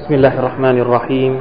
بسم الله الرحمن الرحيم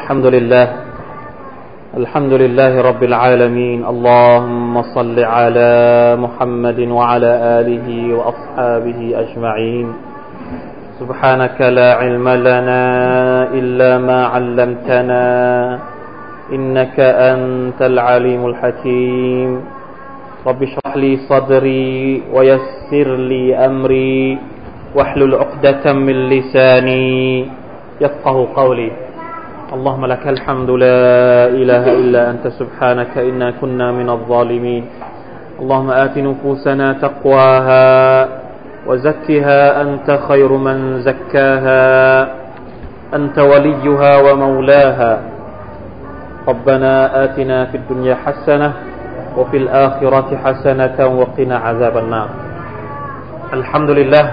الحمد لله رب العالمين اللهم صل على محمد وعلى آله وأصحابه أجمعين سبحانك لا علم لنا إلا ما علمتنا إنك أنت العليم الحكيم رب اشرح لي صدري ويسر لي أمري واحلل عقدة من لساني يفقه قولي اللهم لك الحمد لا إله إلا أنت سبحانك إنا كنا من الظالمين اللهم آت نفوسنا تقواها وزكها أنت خير من زكاها أنت وليها ومولاها ربنا آتنا في الدنيا حسنة وفي الآخرة حسنة وقنا عذاب النار الحمد لله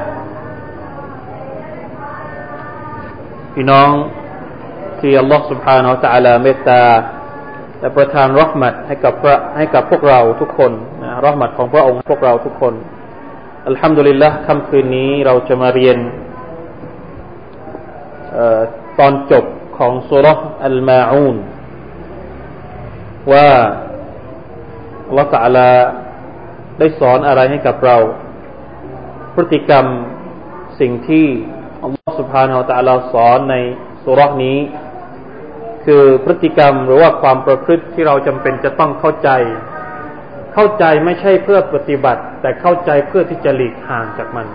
พี่น้องที่อัลลอฮฺ سبحانه และ تعالى เมตตาและประทานเราะห์มัตให้กับพวกเราทุกคนนะเราะห์มัตของพระองค์พวกเราทุกคนอัลฮัมดุลิลละห์ค่ำคืนนี้เราจะมาเรียนตอนจบของซูเราะห์อัลมาอูนว่าอัลลอฮฺ تعالى ได้สอนอะไรให้กับเราพฤติกรรมสิ่งที่อัลลอฮฺ سبحانه และ تعالى สอนในซูเราะห์นี้คือพฤติกรรมหรือว่าความประพฤติที่เราจำเป็นจะต้องเข้าใจไม่ใช่เพื่อปฏิบัติแต่เข้าใจเพื่อที่จะหลีกห่างจากมัน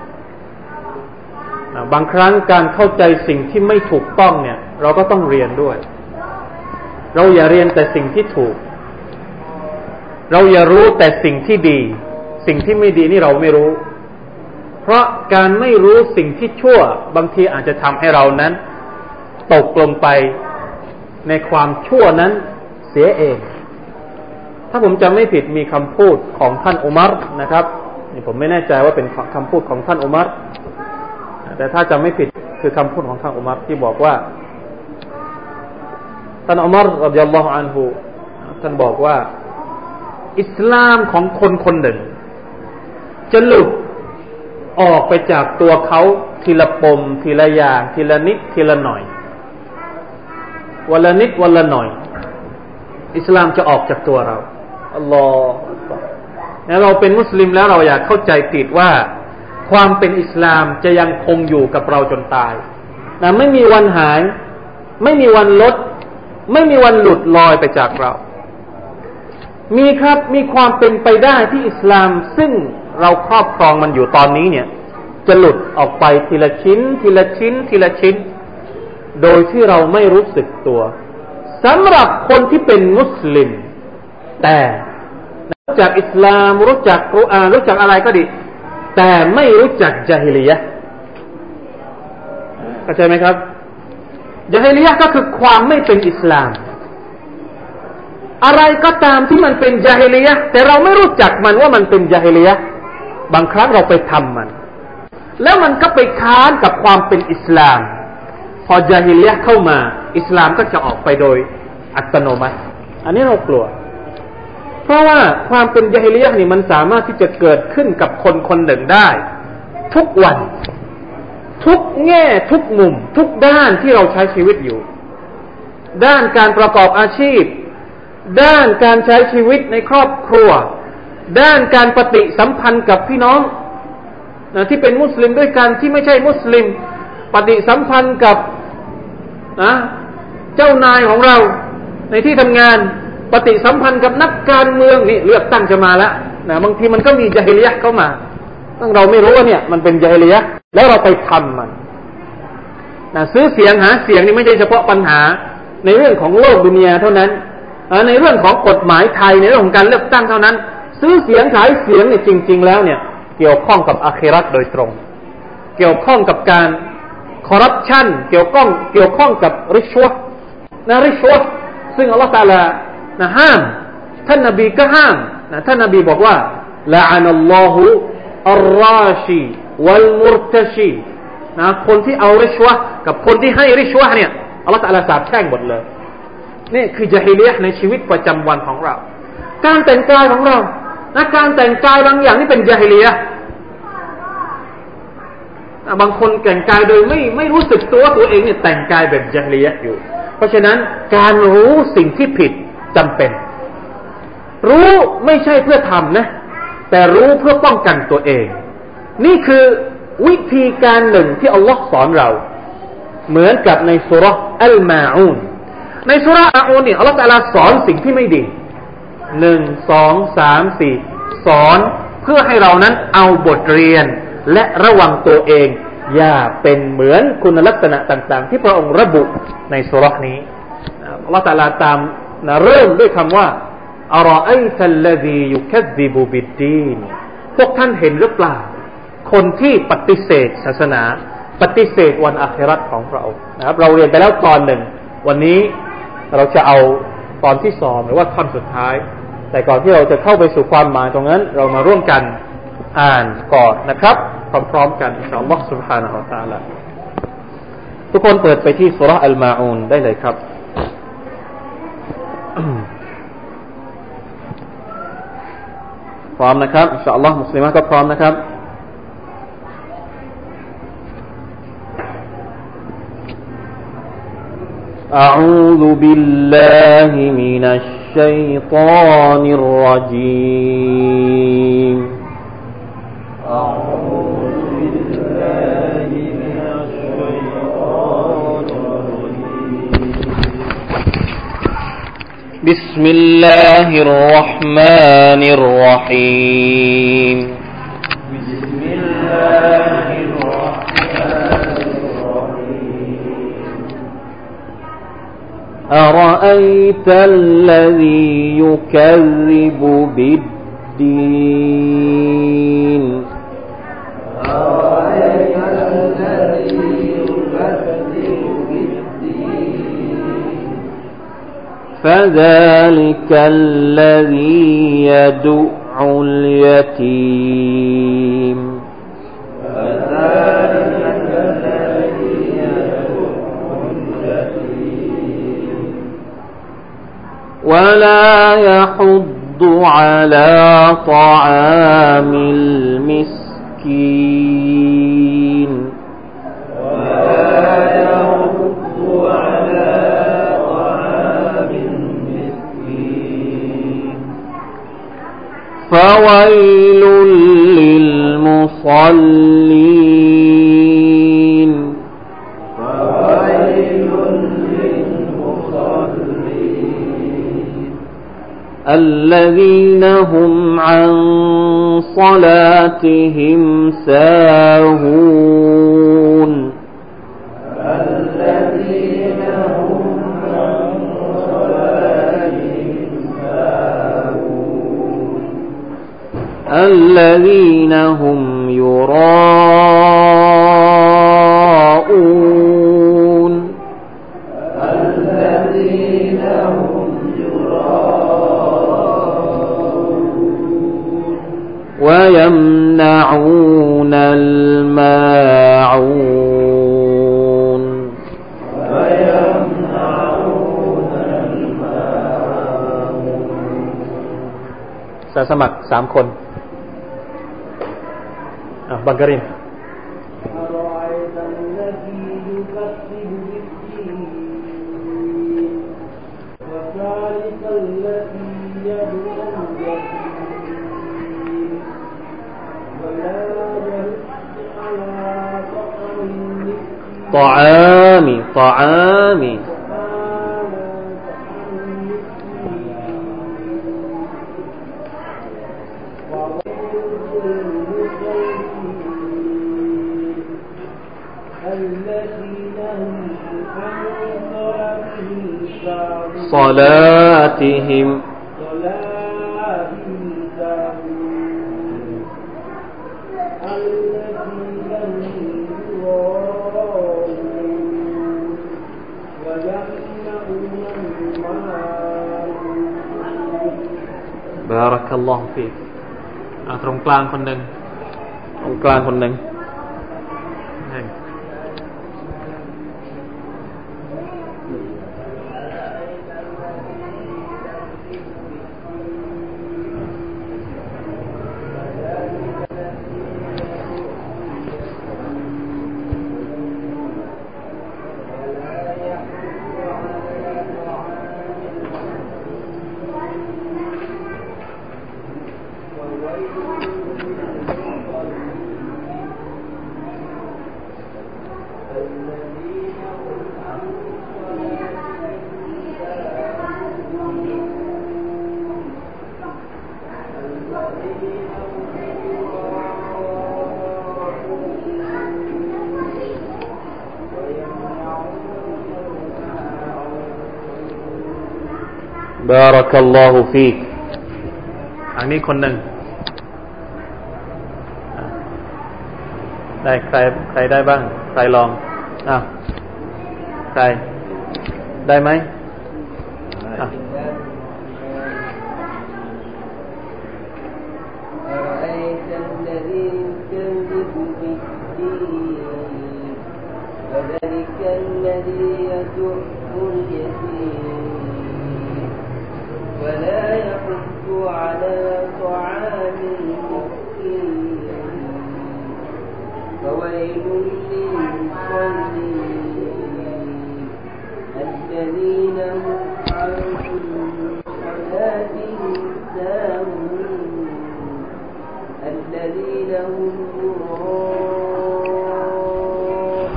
บางครั้งการเข้าใจสิ่งที่ไม่ถูกต้องเนี่ยเราก็ต้องเรียนด้วยเราอย่าเรียนแต่สิ่งที่ถูกเราอย่ารู้แต่สิ่งที่ดีสิ่งที่ไม่ดีนี่เราไม่รู้เพราะการไม่รู้สิ่งที่ชั่วบางทีอาจจะทำให้เรานั้นตกลงไปในความชั่วนั้นเสียเองถ้าผมจำไม่ผิดมีคำพูดของท่านอุมัรนะครับนี่ผมไม่แน่ใจว่าเป็นคำพูดของท่านอุมัรแต่ถ้าจำไม่ผิดคือคำพูดของท่านอุมัรที่บอกว่าท่านอุมัรรอฎิยัลลอฮุอันฮุท่านบอกว่าอิสลามของคนคนหนึ่งจะหลุดออกไปจากตัวเขาทีละปมทีละอย่างทีละนิดทีละหน่อยวันละนิดวันละหน่อยอิสลามจะออกจากตัวเราอัลลอฮฺเราเป็นมุสลิมแล้วเราอยากเข้าใจผิดว่าความเป็นอิสลามจะยังคงอยู่กับเราจนตายนะไม่มีวันหายไม่มีวันลดไม่มีวันหลุดลอยไปจากเรามีครับมีความเป็นไปได้ที่อิสลามซึ่งเราครอบครองมันอยู่ตอนนี้เนี่ยจะหลุดออกไปทีละชิ้นทีละชิ้นทีละชิ้นโดยที่เราไม่รู้สึกตัวสำหรับคนที่เป็นมุสลิมแต่รู้จักอิสลามรู้จักกุรอานรู้จักอะไรก็ดีแต่ไม่รู้จักญะฮิลิยะห์เข้าใจไหมครับญะฮิลิยะห์ก็คือความไม่เป็นอิสลามอะไรก็ตามที่มันเป็นญะฮิลิยะห์แต่เราไม่รู้จักมันว่ามันเป็นญะฮิลิยะห์บางครั้งเราไปทำมันแล้วมันก็ไปค้านกับความเป็นอิสลามพอญะฮิลิยะห์เข้ามาอิสลามก็จะออกไปโดยอัตโนมัติอันนี้เรากลัวเพราะว่าความเป็นญะฮิลิยะห์นี่มันสามารถที่จะเกิดขึ้นกับคนคนหนึ่งได้ทุกวันทุกแง่ทุกมุมทุกด้านที่เราใช้ชีวิตอยู่ด้านการประกอบอาชีพด้านการใช้ชีวิตในครอบครัวด้านการปฏิสัมพันธ์กับพี่น้องที่เป็นมุสลิมด้วยกันที่ไม่ใช่มุสลิมปฏิสัมพันธ์กับเจ้านายของเราในที่ทำงานปฏิสัมพันธ์กับนักการเมืองนี่เลือกตั้งจะมาแล้วบางทีมันก็มีญะฮิลิยะห์เข้ามาซึ่งเราไม่รู้ว่าเนี่ยมันเป็นญะฮิลิยะห์แล้วเราไปทำมันซื้อเสียงหาเสียงนี่ไม่ใช่เฉพาะปัญหาในเรื่องของโลกดุนยาเท่านั้นในเรื่องของกฎหมายไทยในเรื่องของการเลือกตั้งเท่านั้นซื้อเสียงขายเสียงเนี่ยจริงๆแล้วเนี่ยเกี่ยวข้องกับอาคิเราะห์โดยตรงเกี่ยวข้องกับการคอร์รัปชันเกี่ยวข้องกับริชวะห์ริชวะห์ซึ่งอัลเลาะห์ตะอาลาห้ามท่านนบีก็ห้ามท่านนบีบอกว่าละอานัลลอฮุอัรราชีวัลมุรตะชีคนที่เอาริชวะห์กับคนที่ให้ริชวะห์เนี่ยอัลเลาะห์ตะอาลาสาปแช่งหมดเลยนี่คือญะฮิลิยะห์ในชีวิตประจำวันของเราการแต่งกายของเราการแต่งกายบางอย่างนี่เป็นญะฮิลิยะห์บางคนแต่งกายโดยไม่รู้สึกตัวเองเนี่ยแต่งกายแบบญะฮิลิยะห์อยู่เพราะฉะนั้นการรู้สิ่งที่ผิดจำเป็นรู้ไม่ใช่เพื่อทำนะแต่รู้เพื่อป้องกันตัวเองนี่คือวิธีการหนึ่งที่อัลลอฮ์สอนเราเหมือนกับในซูเราะห์อัลมาอูนในซูเราะห์อัลมาอูนเนี่ยอัลลอฮ์ตะอาลาสอนสิ่งที่ไม่ดี1 2 3 4สอนเพื่อให้เรานั้นเอาบทเรียนและระวังตัวเองอย่าเป็นเหมือนคุณลักษณะต่างๆที่พระองค์ระบุในซูเราะห์นี้อัลลอฮ์ตะอาลาตามเริ่มด้วยคำว่าอะรออัยตัลลซียุคัซซิบุบิดดีนพวกท่านเห็นหรือเปล่าคนที่ปฏิเสธศาสนาปฏิเสธวันอาคิเราะห์ของพระองค์นะครับเราเรียนไปแล้วตอนหนึ่งวันนี้เราจะเอาตอนที่2หรือว่าท่อนสุดท้ายแต่ก่อนที่เราจะเข้าไปสู่ความหมายตรงนั้นเรามาร่วมกันอ่านก่อนนะครับพร้อมๆกันอินชาอัลลอฮฺ سبحانه และ تعالى ทุกคนเปิดไปที่ซูเราะห์อัลมาอูนได้เลยครับพร้อมนะครับอินชาอัลลอฮฺมุสลิมะก็พร้อมนะครับأعوذ بالله من الشيطان الرجيم أعوذ بالله من الشيطان الرجيم بسم الله الرحمن الرحيم بسم الله أرأيت الذي يكذب بالدين أرأيت الذي يكذب بالدين فذلك الذي يدع اليتيم ولا يحض على طعام المسكين ولا يحض على طعام المسكين فويل للمصلين الذين هم عن صلاتهم ساهون الذين هم عن صلاتهم ساهون الذين هم يراءون الذين هم ويمنعون الماعون sayaสมัคร3คนบังกะรินطعام صلاتهم بارك الله فيك ตรงกลางคนหนึ่งตรงกลางคนหนึ่งบารักัลลอฮุฟีกอันนี้คนหนึ่งได้ใครได้บ้างใครลองใครได้ไหม ولا يحض على طعام المسكين فويل للمصلين الذين هم عن صلاتهم ساهون الذين هم يراءون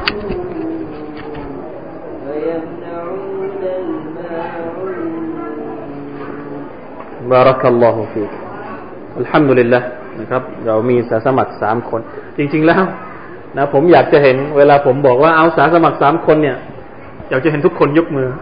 ويمنعون الماعون บารักัลลอฮุฟีกอัลฮัมดุลิลละห์นะครับเรามีอาสาสมัคร3คนจริงๆแล้วนะผมอยากจะเห็นเวลาผมบอกว่าเอาอาสาสมัคร3คนเนี่ยอยากจะเห็นทุกคนยกมือ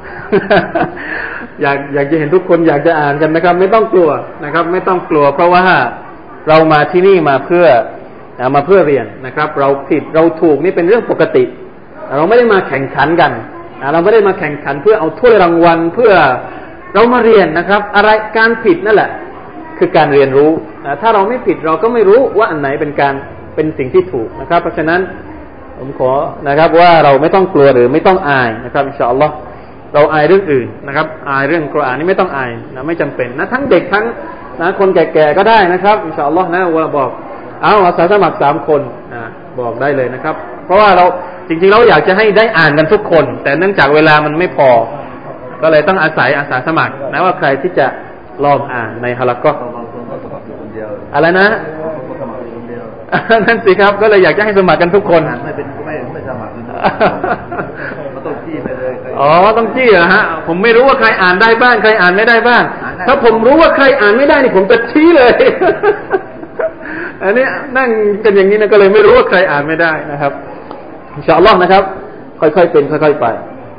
อยากจะเห็นทุกคนอยากจะอ่านกันนะครับไม่ต้องกลัวนะครับไม่ต้องกลัวเพราะว่าเรามาที่นี่มาเพื่อเรียนนะครับเราผิดเราถูกนี่เป็นเรื่องปกติเราไม่ได้มาแข่งขันกันเราไม่ได้มาแข่งขันเพื่อเอาถ้วยรางวัลเพื่อเรามาเรียนนะครับอะไรการผิดนั่นแหละคือการเรียนรู้ถ้าเราไม่ผิดเราก็ไม่รู้ว่าอันไหนเป็นสิ่งที่ถูกนะครับเพราะฉะนั้นผมขอนะครับว่าเราไม่ต้องกลัวหรือไม่ต้องอายนะครับอินชาอัลลอฮ์เราอายเรื่องอื่นนะครับอายเรื่องกุรอานนี่ไม่ต้องอายนะไม่จำเป็นนะทั้งเด็กทั้งนะคนแก่ๆก็ได้นะครับอินชาอัลลอฮ์นะว่าบอกเอาอาสาสมัคร3คนบอกได้เลยนะครับเพราะว่าเราจริงๆเราอยากจะให้ได้อ่านกันทุกคนแต่เนื่องจากเวลามันไม่พอก็เลยต้องอาศัยอาสาสมัครนะว่าใครที่จะลองอ่านในฮะละก็อะไรนะนั่นสิครับก็เลยอยากจะให้สมัครกันทุกคนไม่สมัครต้องจี้ไปเลยต้องจี้เหรอฮะผมไม่รู้ว่าใครอ่านได้บ้างใครอ่านไม่ได้บ้างถ้าผมรู้ว่าใครอ่านไม่ได้นี่ผมจะชี้เลยอันนี้นั่งกันอย่างนี้นะก็เลยไม่รู้ว่าใครอ่านไม่ได้นะครับอินชาอัลลอฮ์นะครับค่อยๆเป็นค่อยๆไป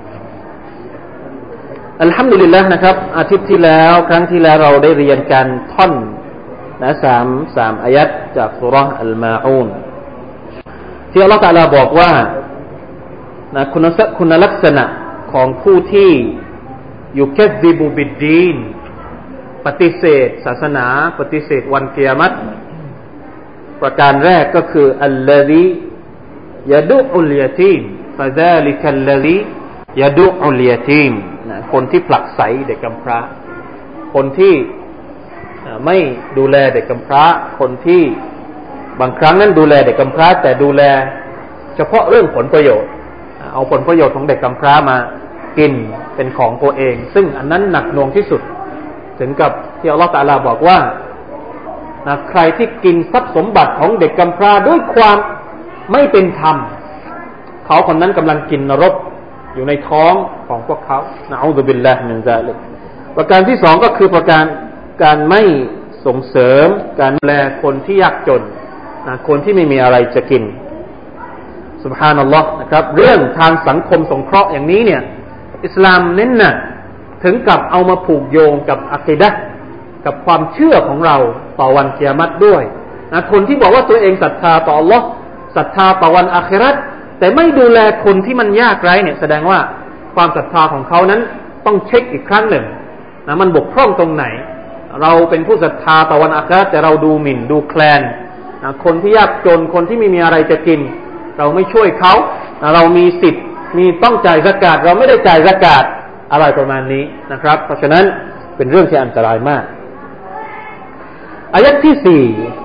อัลฮัมดุลิลละห์นะครับอาทิตย์ที่แล้วครั้งที่แล้วเราได้เรียนกันท่อนนะ3อายัดจากซูเราะห์อัลมาอูนที่อัลเลาะห์ตะอาลาบอกว่านะคุณลักษณะของผู้ที่ยุกัซซิบุบิดดีนปฏิเสธศาสนาปฏิเสธวันกิยามะฮ์ประการแรกก็คืออัลลซียะดุอุลยะตีมฟะซาลิกัลลซียะดุอุลยะตีมคนที่ผลักไสเด็กกำพร้าคนที่ไม่ดูแลเด็กกำพร้าคนที่บางครั้งนั้นดูแลเด็กกำพร้าแต่ดูแลเฉพาะเรื่องผลประโยชน์เอาผลประโยชน์ของเด็กกำพร้ามากินเป็นของตัวเองซึ่งอันนั้นหนักหน่วงที่สุดถึงกับที่อัลเลาะห์ตะอาลาบอกว่าใครที่กินทรัพย์สมบัติของเด็กกำพร้าด้วยความไม่เป็นธรรมเขาคนนั้นกำลังกินนรกอยู่ในท้องของพวกเขานะอูซุบิลลาฮิมินซาลิกประการที่2ก็คือประการไม่ส่งเสริมการดูแลคนที่ยากจนคนที่ไม่มีอะไรจะกินซุบฮานัลลอฮ์นะครับเรื่องทางสังคมสงเคราะห์อย่างนี้เนี่ยอิสลามเน้นหนักถึงกับเอามาผูกโยงกับอะกีดะห์กับความเชื่อของเราต่อวันกิยามะฮ์ด้วยคนที่บอกว่าตัวเองศรัทธาต่ออัลเลาะห์ศรัทธาต่อวันอาคิเราะห์แต่ไม่ดูแลคนที่มันยากไร้เนี่ยแสดงว่าความศรัทธาของเขานั้นต้องเช็คอีกครั้งหนึ่งมันบกพร่องตรงไหนเราเป็นผู้ศรัทธาต่อวันอาคิเราะห์แต่เราดูหมิ่นดูแคลนคนที่ยากจนคนที่ไม่มีอะไรจะกินเราไม่ช่วยเขาเรามีสิทธิ์มีต้องจ่ายซะกาตเราไม่ได้จ่ายซะกาตอะไรประมาณนี้นะครับเพราะฉะนั้นเป็นเรื่องที่อันตรายมากอายัดที่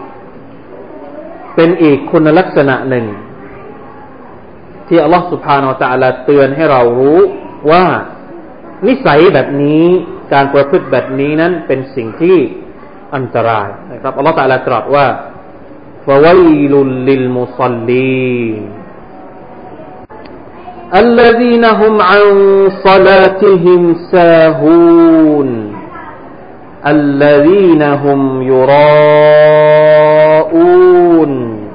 4เป็นอีกคุณลักษณะหนึ่งที่อัลลอฮฺ سبحانه และ تعالى เตือนให้เรารู้ว่านิสัยแบบนี้การประพฤติแบบนี้นั้นเป็นสิ่งที่อันตรายนะครับอัลลอฮฺ تعالى ตรัสว่าฟะวัยลุลลิลมุศอลลีน الذين هم عن صلاتهم ساهون الذين هم يراءون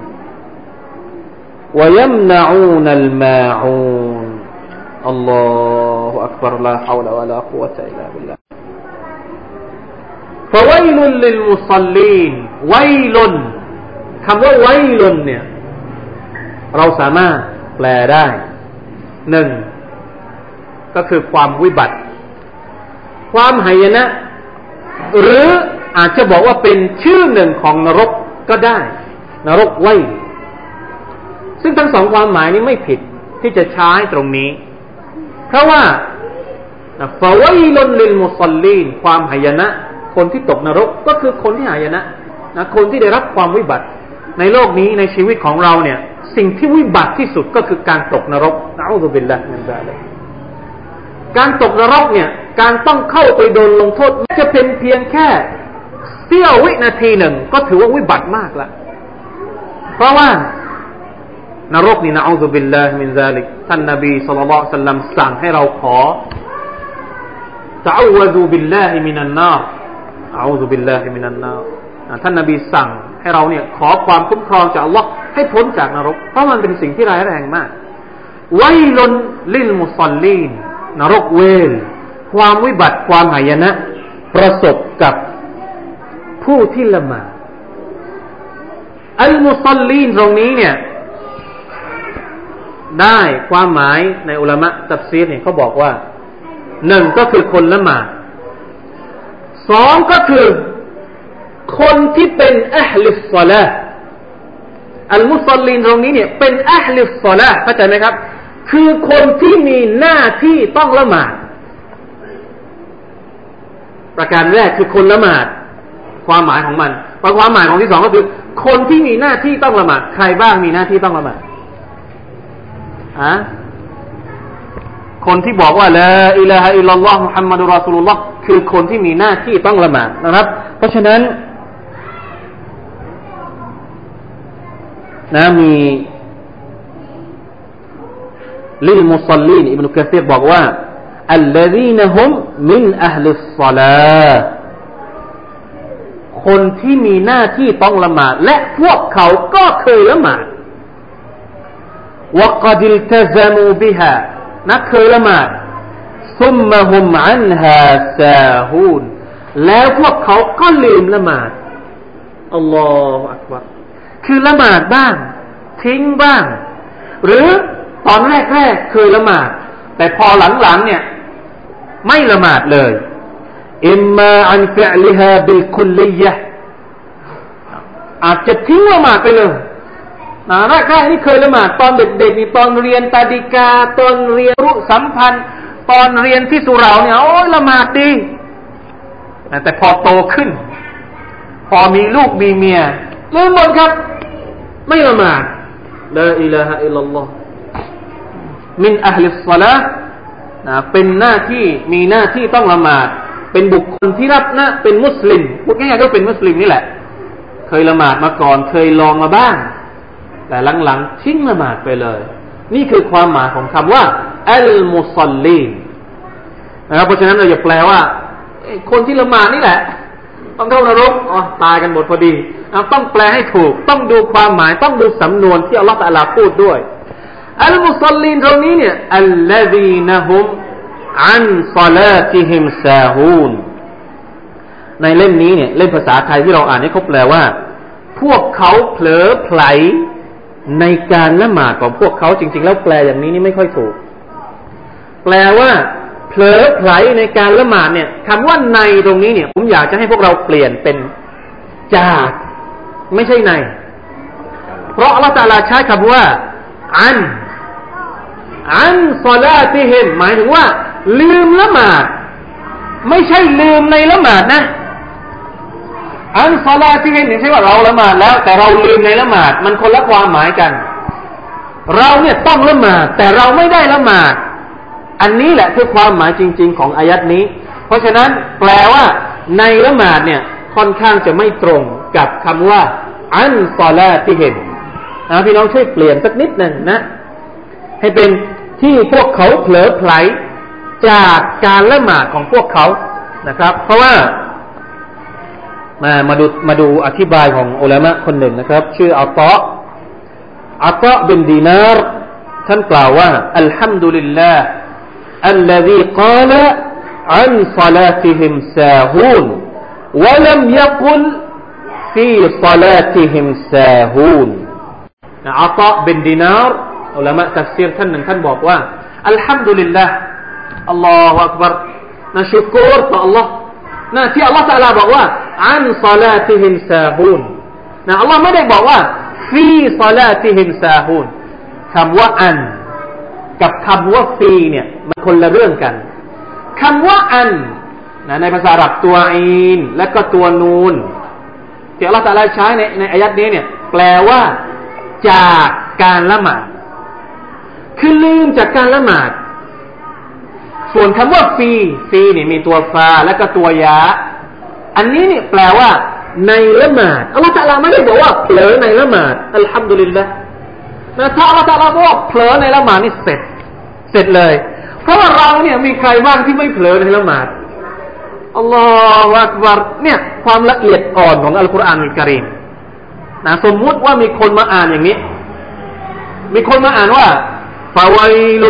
ويمنعون الماعون الله أكبر لا حول ولا قوة إلا بالله فويل للمصلين ويلคำว่าไวลุนเนี่ยเราสามารถแปลได้หนึ่งก็คือความวิบัติความหายนะหรืออาจจะบอกว่าเป็นชื่อหนึ่งของนรกก็ได้นรกไวซึ่งทั้งสองความหมายนี้ไม่ผิดที่จะใช้ตรงนี้เพราะว่าฟะวัยลุนลิลมุศอลลีนความหายนะคนที่ตกนรกก็คือคนที่หายนะคนที่ได้รับความวิบัติในโลกนี้ในชีวิตของเราเนี่ยสิ่งที่วิบัติที่สุดก็คือการตกนรกนะอูซุบิลลาฮิมินซาลิกการตกนรกเนี่ยการต้องเข้าไปโดนลงโทษแม้จะเป็นเพียงแค่เสี้ยววินาทีหนึ่งก็ถือว่าวิบัติมากละเพราะว่านรกนี่นะอูซุบิลลาฮิมินซาลิกท่านนบีศ็อลลัลลอฮุอะลัยฮิวะซัลลัมสั่งให้เราขอตะอวะซุบิลลาฮิมินันนารอะอูซุบิลลาฮิมินันนารท่านนบีสั่งให้เราเนี่ยขอความคุ้มครองจากอัลลอฮ์ให้พ้นจากนรกเพราะมันเป็นสิ่งที่ร้ายแรงมากไวลุนลิลมุศอลลีนนรกเวรความวิบัติความหายนะประสบกับผู้ที่ละหมาดอัลมุศอลลีนตรงนี้เนี่ยได้ความหมายในอุลามะตัฟซีรเนี่ยเขาบอกว่าหนึ่งก็คือคนละหมาดสองก็คือคนที่เป็นอะห์ลิศศอลาห์อัลมุศอลลีนตรงนี้เนี่ยเป็นอะห์ลิศศอลาห์เข้าใจไหมครับคือคนที่มีหน้าที่ต้องละหมาดประการแรกคือคนละหมาดความหมายของมันความหมายของที่สองก็คือคนที่มีหน้าที่ต้องละหมาดใครบ้างมีหน้าที่ต้องละหมาดคนที่บอกว่าลาอิลาฮะอิลลัลลอฮ์มุฮัมมัดุรอซูลุลลอฮ์คือคนที่มีหน้าที่ต้องละหมาดนะครับเพราะฉะนั้นมีลิลมุศอลลีนอิบนุกะซีรบอกว่าอัลลซีนฮุมมินอะห์ลิศศอลาห์คนที่มีหน้าที่ต้องละหมาดและพวกเขาก็เคยละหมาดวะกอดิลตะซะมูบิฮาเคยละหมาดซุมมะฮุมอันฮาซาฮูนแล้วพวกเขาก็ลืมละหมาดอัลลอฮฺอักบัรคือละหมาดบ้างทิ้งบ้างหรือตอนแรกๆเคยละหมาดแต่พอหลังๆเนี่ยไม่ละหมาดเลยอิมมาอันฟิอลิฮาบิลคุลลียะห์อาจจะทิ้งละหมาดไปเลยแรกๆนี่เคยละหมาดตอนเด็กๆนี่ตอนเรียนตาดิกาตอนเรียนรุสัมพันธ์ตอนเรียนที่สุเหร่าเนี่ยโอ้ยละหมาดดีแต่พอโตขึ้นพอมีลูกมีเมียลืมหมดครับไม่ละหมาดลาอิลาฮะอิลลัลลอฮ์มินอะห์ลิศศอลาห์เป็นหน้าที่มีหน้าที่ต้องละหมาดเป็นบุคคลที่รับนะเป็นมุสลิมพูดง่ายๆก็เป็นมุสลิมนี่แหละเคยละหมาดมาก่อนเคยลองมาบ้างแต่หลังๆทิ้งละหมาดไปเลยนี่คือความหมายของคำว่าอัลมุศอลลีนนะครับเพราะฉะนั้นเราอย่าแปลว่าคนที่ละหมาดนี่แหละต้องเข้านรกตายกันหมดพอดีต้องแปลให้ถูกต้องดูความหมายต้องดูสำนวนที่อัลลอฮฺตะอาลาพูดด้วยอัลมุศอลลีนตรงนี้เนี่ยอัลลซีนะฮุมอันศอลาติฮิมซาฮูนในเล่มนี้เนี่ยเล่มภาษาไทยที่เราอ่านนี่เขาแปลว่าพวกเขาเผลอไผลในการละหมาดของพวกเขาจริงๆแล้วแปลอย่างนี้นี่ไม่ค่อยถูกแปลว่าเผลอไผลในการละหมาดเนี่ยคำว่าในตรงนี้เนี่ยผมอยากจะให้พวกเราเปลี่ยนเป็นจากไม่ใช่ในเพราะอัลเลาะห์ตะอาลาใช้คำว่าอันศอลาติฮิมหมายถึงว่าลืมละหมาดไม่ใช่ลืมในละหมาดนะอันศอลาติฮิมไม่ใช่ว่าเราละหมาดแล้วแต่เราลืมในละหมาดมันคนละความหมายกันเราเนี่ยต้องละหมาดแต่เราไม่ได้ละหมาดอันนี้แหละคือความหมายจริงๆของอายัดนี้เพราะฉะนั้นแปลว่าในละหมาดเนี่ยค่อนข้างจะไม่ตรงกับคำว่าอันศอลาติฮิมพี่น้องช่วยเปลี่ยนสักนิดนึงนะให้เป็นที่พวกเขาเผลอไผลจากการละหมาดของพวกเขานะครับเพราะว่ามาดูอธิบายของอุลามะคนหนึ่งนะครับชื่ออัตะบินดีนาร์ท่านกล่าวว่าอัลฮัมดุลิลลาห์الذي قال عن صلاتهم ساهون ولم يقل في صلاتهم ساهون อัตะบินดีนาร์อุลามะตัฟซีรท่านหนึ่งท่านบอกว่าอัลฮัมดุลิลลาห์อัลลอฮฺอักบัรนะชุกรต่อ Allah นะที่อัลลอฮฺตะอาลาบอกว่าอันศอลาติฮิมซาฮูนนะอัลลอฮฺไม่ได้บอกว่าฟีศอลาติฮิมซาฮูนคำว่าอันกับคำว่าฟีเนี่ยมันคนละเรื่องกันคำว่าอันนะในภาษาอาหรับตัวอีนและก็ตัวนูนที่อัลลอฮฺตะอาลาใช้ในอายัดนี้เนี่ยแปลว่าจากการละหมาดคือลืมจากการละหมาดส่วนคำว่าฟีนี่มีตัวฟาและก็ตัวยาอันนี้เนี่ยแปลว่าในละหมาดอัลลอฮฺตะอาลาไม่ได้บอกว่าเผลอในละหมาดอัลฮัมดุลิลละห์นะถ้าอัลลอฮฺตะอาลาบอกว่าเผลอในละหมาดนี่เสร็จเลยเพราะว่าเราเนี่ยมีใครบ้างที่ไม่เผลอในละหมาดอัลลอฮฺอักบัรเนี่ยความละเอียดอ่อนของอัลกุรอานอัลกะรีมนะสมมุติว่ามีคนมาอ่านอย่างนี้มีคนมาอ่านว่าفويل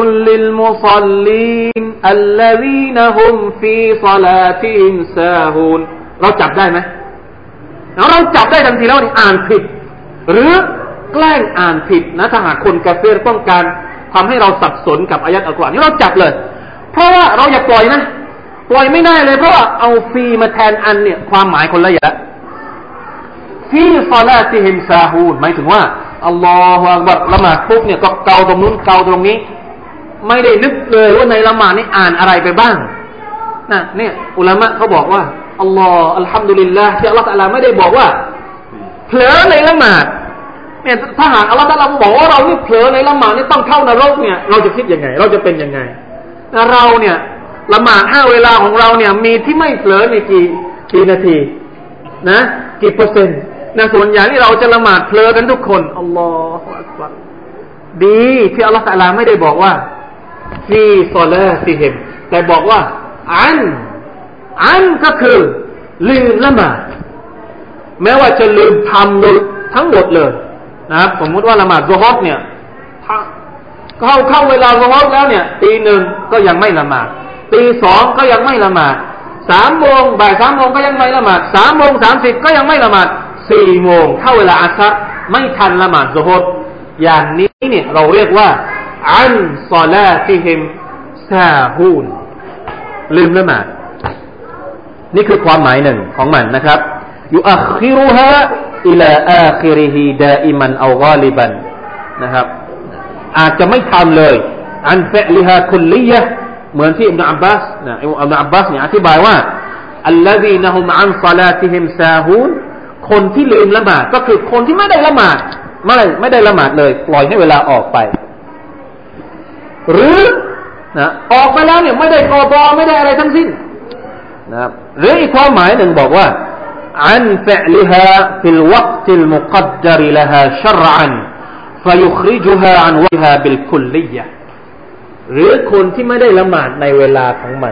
للمصلين الذين هم في صلاتهم ساهون เราจับได้ไหมเราจับได้ทันทีแล้วนี่อ่านผิดหรือแกล้งอ่านผิดนะถ้าหากคนกาเฟรต้องการทำให้เราสับสนกับอายะห์อัลกุรอานนี่เราจับเลยเพราะว่าเราอย่าปล่อยนะปล่อยไม่ได้เลยเพราะว่าเอาฟีมาแทนอันเนี่ยความหมายคนละอย่างฟีศอลาติฮิมซาฮูนหมายถึงว่าอัลลอฮฺอักบัรละหมาดปุ๊บเนี่ยก็เกาตรงนู้นเกาตรงนี้ไม่ได้นึกเลยว่าในละหมาดนี่อ่านอะไรไปบ้างนะเนี่ยอุลามะเขาบอกว่าอัลลอฮฺอัลฮัมดุลิลลาห์ที่อัลลอฮฺตะอาลาไม่ได้บอกว่าเผลอในละหมาดเนี่ยถ้าหากอัลลอฮฺตะอาลาบอกว่าเรานี่เผลอในละหมาดนี่ต้องเข้านรกเนี่ยเราจะคิดยังไงเราจะเป็นยังไงเราเนี่ยละหมาด5เวลาของเราเนี่ยมีที่ไม่เผลอในกี่นาทีนะกี่เปอร์เซ็นต์นะส่วนใหญ่ที่เราจะละหมาดเผลอกันทุกคนอัลลอฮฺอักบัรดีที่อัลลอฮฺตะอาลาไม่ได้บอกว่าฟีศอลาติฮิมแต่บอกว่าอันก็คือลืมละหมาดแม้ว่าจะลืมทำทั้งหมดเลยนะครับสมมุติว่าละหมาดซุฮรเนี่ยเข้าเวลาซุฮรแล้วเนี่ยตี 1ก็ยังไม่ละหมาดตี 2ก็ยังไม่ละหมาด3 โมงบ่าย 3 โมงก็ยังไม่ละหมาด3 โมง 30ก็ยังไม่ละหมาด4 โมงเข้าเวลาอัสรไม่ทันละหมาดซุฮรอย่างนี้เนี่ยเราเรียกว่าอันศอลาติฮิมซาฮูนลืมละหมาดนี่คือความหมายหนึ่งของมันนะครับยุอัคคิรุฮะอิลาอาคิริฮิดาอิมันเอาฆาลิบันนะครับอาจจะไม่ทำเลยอันฟะลิฮาคุลลียะเหมือนที่อิบนุอับบาสนะอิบนุอับบาสเนี่ยอธิบายว่าอัลลซีนะฮุมอันศอลาติฮิมซาฮูนคนที่ลืมละหมาดก็คือคนที่ไม่ได้ละหมาดไม่ได้ละหมาดเลยปล่อยให้เวลาออกไปหรือนะออกไปแล้วเนี่ยไม่ได้กอบอไม่ได้อะไรทั้งสิ้นนะครับหรืออีกความหมายหนึ่งบอกว่าอันฟะลิฮาฟิลวักติลมุกัดดรละฮาชัรอันفيخرجها عن وجهها بالكلية หรือคนที่ไม่ได้ละหมาดในเวลาของมัน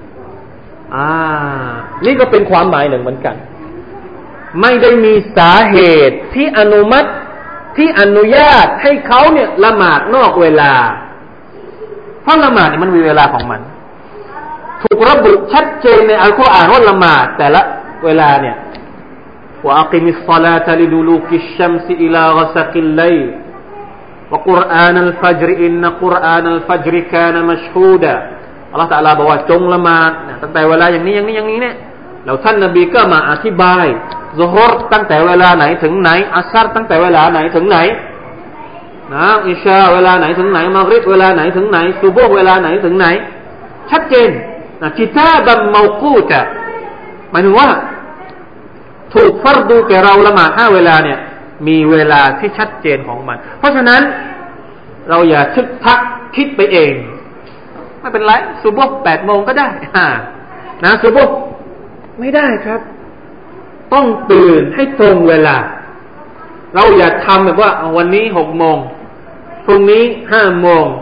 นี่ก็เป็นความหมายหนึ่งเหมือนกันไม่ได้มีสาเหตุที่อนุมัติที่อนุญาตให้เขาเนี่ยละหมาดนอกเวลาเพราะละหมาดเนี่ยมันมีเวลาของมันถูกระบุชัดเจนในอัลกุรอานว่าละหมาดแต่ละเวลาเนี่ยว่าอักิมิศศอลาตะลิดูลูกิชชัมซิอิลาฆะซะกิลไลลวะกุรอานัลฟัจรอินนะกุรอานัลฟัจรกานะมัชฮูดะอัลเลาะห์ตะอาลาบอกว่าจงละหมาดตั้งแต่เวลาอย่างนี้เนี่ยแล้วท่านนบีก็มาอธิบายซุฮรตั้งแต่เวลาไหนถึงไหนอัสรตั้งแต่เวลาไหนถึงไหนนะอิชาเวลาไหนถึงไหนมักริบเวลาไหนถึงไหนซุบฮ์เวลาไหนถึงไหนชัดเจนนะกิตาบัมเมากูตะหมายถึงว่าถูกฟัรดูแก่เราละหมาด5เวลาเนี่ยมีเวลาที่ชัดเจนของมันเพราะฉะนั้นเราอย่าทึกทักคิดไปเองไม่เป็นไรซุบฮ์ 8 โมงก็ได้นะซุบฮ์ไม่ได้ครับต้องตื่นให้ตรงเวลาเราอย่าทำแบบว่าวันนี้6 โมงพรุ่งนี้5 โมง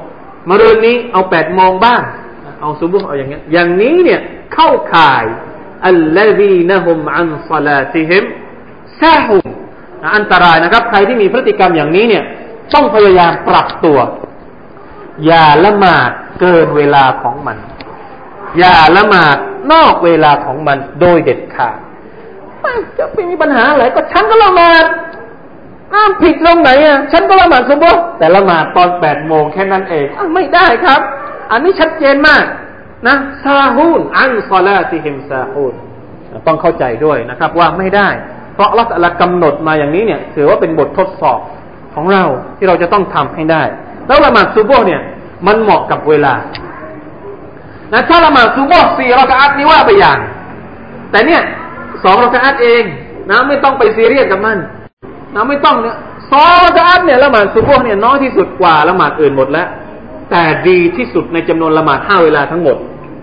มะรืนนี้เอา8 โมงบ้างเอาซุบฮ์เอาอย่างเงี้ยอย่างนี้เนี่ยเข้าข่ายอัลลซีนะฮุมอันศอลาติฮิมซาฮูนอันตรายนะครับใครที่มีพฤติกรรมอย่างนี้เนี่ยต้องพยายามปรับตัวอย่าละหมาดเกินเวลาของมันอย่าละหมาดนอกเวลาของมันโดยเด็ดขาดจะไม่มีปัญหาอะไรก็ฉันก็ละหมาดผิดตรงไหนอ่ะฉันก็ละหมาดซุบฮ์แต่ละหมาดตอน8 โมงแค่นั้นเองไม่ได้ครับอันนี้ชัดเจนมากนะซาฮูนอันศอลาติฮิมซาฮูนต้องเข้าใจด้วยนะครับว่าไม่ได้เพราะอัลเลาะห์ตะอาลากำหนดมาอย่างนี้เนี่ยถือว่าเป็นบททดสอบของเราที่เราจะต้องทำให้ได้แล้วละหมาดซุบฮ์เนี่ยมันเหมาะกับเวลานะถ้าละหมาดซุบฮ์4 รอกะอัตนี่ว่าไปอย่างแต่เนี่ย2 รอกะอัตเองนะไม่ต้องไปซีเรียสกับมันนะไม่ต้องเนี่ย2 รอกะอัตเนี่ยละหมาดซุบฮ์เนี่ยน้อยที่สุดกว่าละหมาดอื่นหมดแล้วแต่ดีที่สุดในจำนวนละหมาด5 เวลาทั้งหมด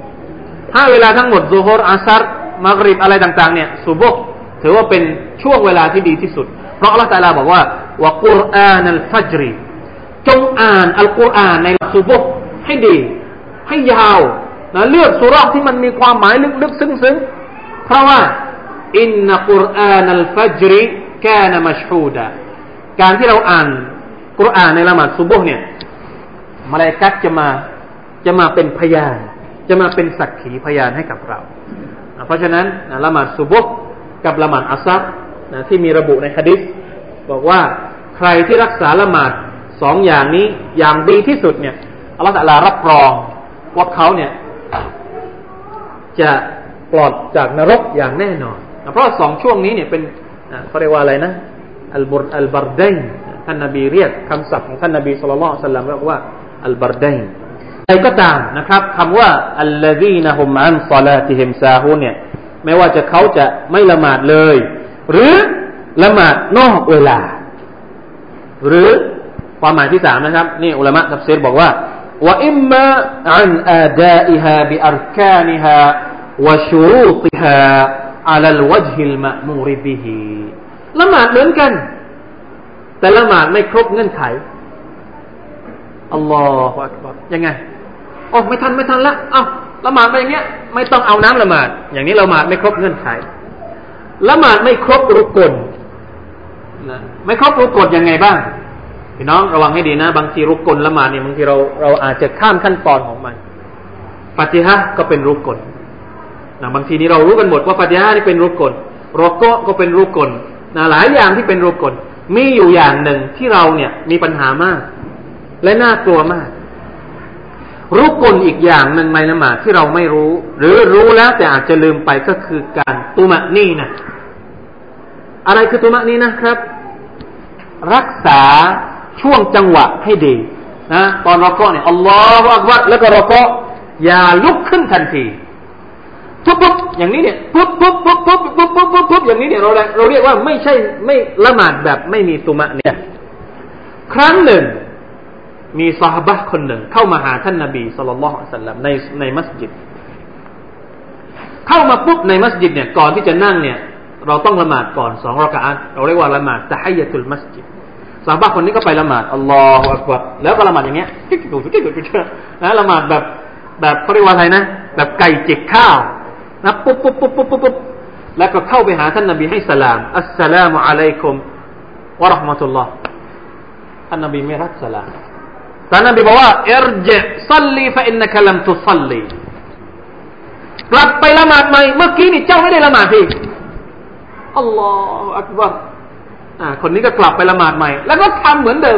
5 เวลาทั้งหมดซุฮรอัสรมักริบอะไรต่างๆเนี่ยซุบฮ์ถือว่าเป็นช่วงเวลาที่ดีที่สุดเพราะอัลเลาะห์ตะอาลาบอกว่าวะกุรอานัลฟัจริจงอ่านอัลกุรอานในซุบฮ์ให้ดีให้ยาวนะเลือกซูเราะห์ที่มันมีความหมายลึกๆซึ้งๆเพราะว่าอินนะกุรอานัลฟัจริกานะมัชฮูดะการที่เราอ่านกุรอานในละหมาดซุบฮ์เนี่ยมลาอิกะฮ์จะมาเป็นพยานจะมาเป็นสักขีพยานให้กับเราเพราะฉะนั้นละหมาดซุบฮ์กับละหมาดอัสรที่มีระบุในหะดีษบอกว่าใครที่รักษาละหมาด2 อย่างนี้อย่างดีที่สุดเนี่ยอัลเลาะห์ตะอาลารับรองว่าเขาเนี่ยจะปลอดจากนรกอย่างแน่นอนเพราะ2 ช่วงนี้เนี่ยเป็นเขาเรียกว่าอะไรนะอัลบารดัยน์ท่านนบีเรียกคำศัพท์ของท่านนบีศ็อลลัลลอฮุอะลัยฮิวะซัลลัมเรียกว่าอัลบารดัยน์ใครก็ตามนะครับคำว่าอัลลซีนะฮุมอันศอลาติฮิมซาฮูนเนี่ยไม่ว่าจะเขาจะไม่ละหมาดเลยหรือละหมาดนอกเวลาหรือความหมายที่3นะครับนี่อุลามะตัฟซีรบอกว่าวะอิมมาอันอาดาอิฮาบิอัรกานิฮาวะชุรูติฮาอะลัลวะจฮิลมะมูรบิฮิละหมาดเหมือนกันแต่ละหมาดไม่ครบเงื่อนไขอัลลอฮฺอักบัรยังไงโอ้ไม่ทันละละหมาดไปอย่างเงี้ยไม่ต้องเอาน้ำละหมาดอย่างนี้ละหมาดไม่ครบเงื่อนไขละหมาดไม่ครบรุกนนะไม่ครบรุกนยังไงบ้างพี่น้องระวังให้ดีนะบางทีรุกนละหมาดเนี่ยบางทีเราอาจจะข้ามขั้นตอนของมันฟาติฮะห์ก็เป็นรุกนนะบางทีนี้เรารู้กันหมดว่าฟาติฮะห์นี่เป็นรุกนรอกอก็เป็นรุกนนะหลายอย่างที่เป็นรุกนมีอยู่อย่างหนึ่งที่เราเนี่ยมีปัญหามากและน่ากลัวมากรุกนอีกอย่างหนึ่งในละหมาดที่เราไม่รู้หรือรู้แล้วแต่อาจจะลืมไปก็คือการตุมะนีนะอะไรคือตุมะนีนะครับรักษาช่วงจังหวะให้ดีนะตอนรอกอเนี่ยอัลลอฮฺอักบัรแล้วก็รอกออย่าลุกขึ้นทันทีปุ๊บอย่างนี้เนี่ยปุ๊บอย่างนี้เนี่ยเราเรียกว่าไม่ละหมาดแบบไม่มีตุมะนีนะครั้งหนึ่งมีซอฮาบะห์คนหนึ่งเข้ามาหาท่านนบีศ็อลลัลลอฮุอะลัยฮิวะซัลลัมในมัสยิดเข้ามาปุ๊บในมัสยิดเนี่ยก่อนที่จะนั่งเนี่ยเราต้องละหมาดก่อน2 รอกะอัตเราเรียกว่าละหมาดตะฮิยะตุลมัสยิดซอฮาบะห์คนนี้ก็ไปละหมาดอัลลอฮฺอักบัรแล้วก็ละหมาดอย่างเงี้ยนะละหมาดแบบเขาเรียกว่าอะไรนะแบบไก่จิกข้าวนะปุ๊บแล้วก็เข้าไปหาท่านนบีให้สลามอัสสลามุอะลัยกุมวะเราะห์มะตุลลอฮ์ท่านนบีไม่รับสลามท่านนบีบอกว่าอิรญิซัลลีฟะอินนะกะลัมตุซัลลีกลับไปละหมาดใหม่เมื่อกี้นี่เจ้าไม่ได้ละหมาดทีอัลลอฮฺอักบัรคนนี้ก็กลับไปละหมาดใหม่แล้วก็ทำเหมือนเดิม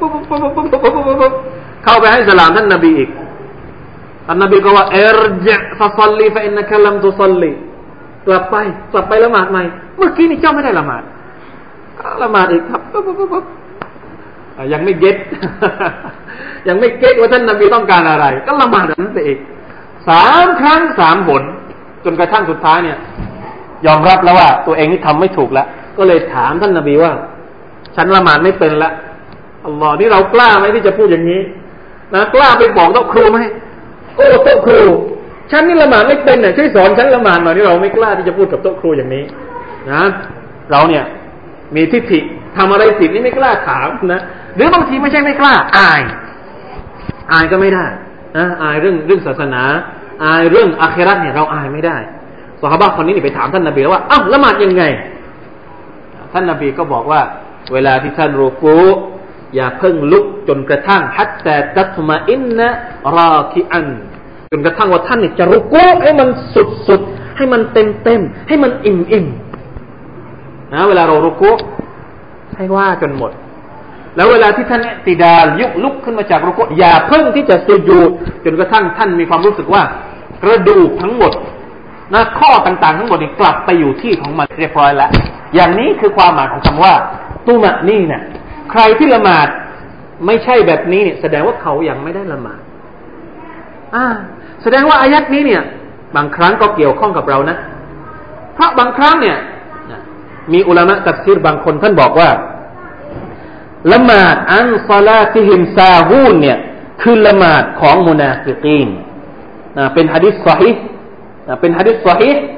เข้าไปให้สลามท่านนบีอีกท่านนบีก็ว่าอิรญิฟะซัลลีฟะอินนะกะลัมตุซัลลีกลับไปละหมาดใหม่เมื่อกี้นี่เจ้าไม่ได้ละหมาดละหมาดอีกครับยังไม่เก็ตยังไม่เก็ตว่าท่านนบีต้องการอะไรก็ละหมาดนั้นไปอีก3 ครั้ง 3 หนจนกระทั่งสุดท้ายเนี่ยยอมรับแล้วว่าตัวเองนี่ทำไม่ถูกแล้วก็เลยถามท่านนบีว่าฉันละหมาดไม่เป็นละอัลลอฮ์นี่เรากล้าไหมที่จะพูดอย่างนี้นะกล้าไปบอกโต๊ะครูไหมโอ้โต๊ะครูฉันนี่ละหมาดไม่เป็นเนี่ยช่วยสอนฉันละหมาดหน่อยนี่เราไม่กล้าที่จะพูดกับโต๊ะครูอย่างนี้นะเราเนี่ยมีทิฏฐิทำอะไรผิดนี่ไม่กล้าถามนะหรือบางทีไม่ใช่ไม่กล้าอายอายก็ไม่ได้นะอายเรื่องศาสนาอายเรื่องอาคิเราะห์เนี่ยเราอายไม่ได้ซอฮาบะห์คนนี้ไปถามท่านนบีว่าอ้าวละหมาดยังไงท่านนบีก็บอกว่าเวลาที่ท่านรุกูอ์อย่าเพิ่งลุกจนกระทั่งฮัตตาตัตมะอินนะราคิอันจนกระทั่งว่าท่านเนี่ยจะรุกูอ์ให้มันสุดๆให้มันเต็มๆให้มันอิ่มๆนะเวลาเรารุกูอ์ให้ว่าจนหมดแล้วเวลาที่ท่านอิติดาลลุกขึ้นมาจากรุกูอ์อย่าเพิ่งที่จะสุญูดจนกระทั่งท่านมีความรู้สึกว่ากระดูกทั้งหมดนะข้อต่างๆทั้งหมดนี่กลับไปอยู่ที่ของมันเรียบร้อยแล้วอย่างนี้คือความหมายของคำว่าตุมะนีนะใครที่ละหมาดไม่ใช่แบบนี้เนี่ยแสดงว่าเขายังไม่ได้ละหมาดแสดงว่าอายัดนี้เนี่ยบางครั้งก็เกี่ยวข้องกับเรานะเพราะบางครั้งเนี่ยมีอุลามะตัฟซีรบางคนท่านบอกว่าละหมาดอันศอลาติฮิมซาฮูนเนี่ยคือละหมาดของมุนาฟิกีนเป็นหะดีษซอฮีห์เป็นหะดีษซอฮีห์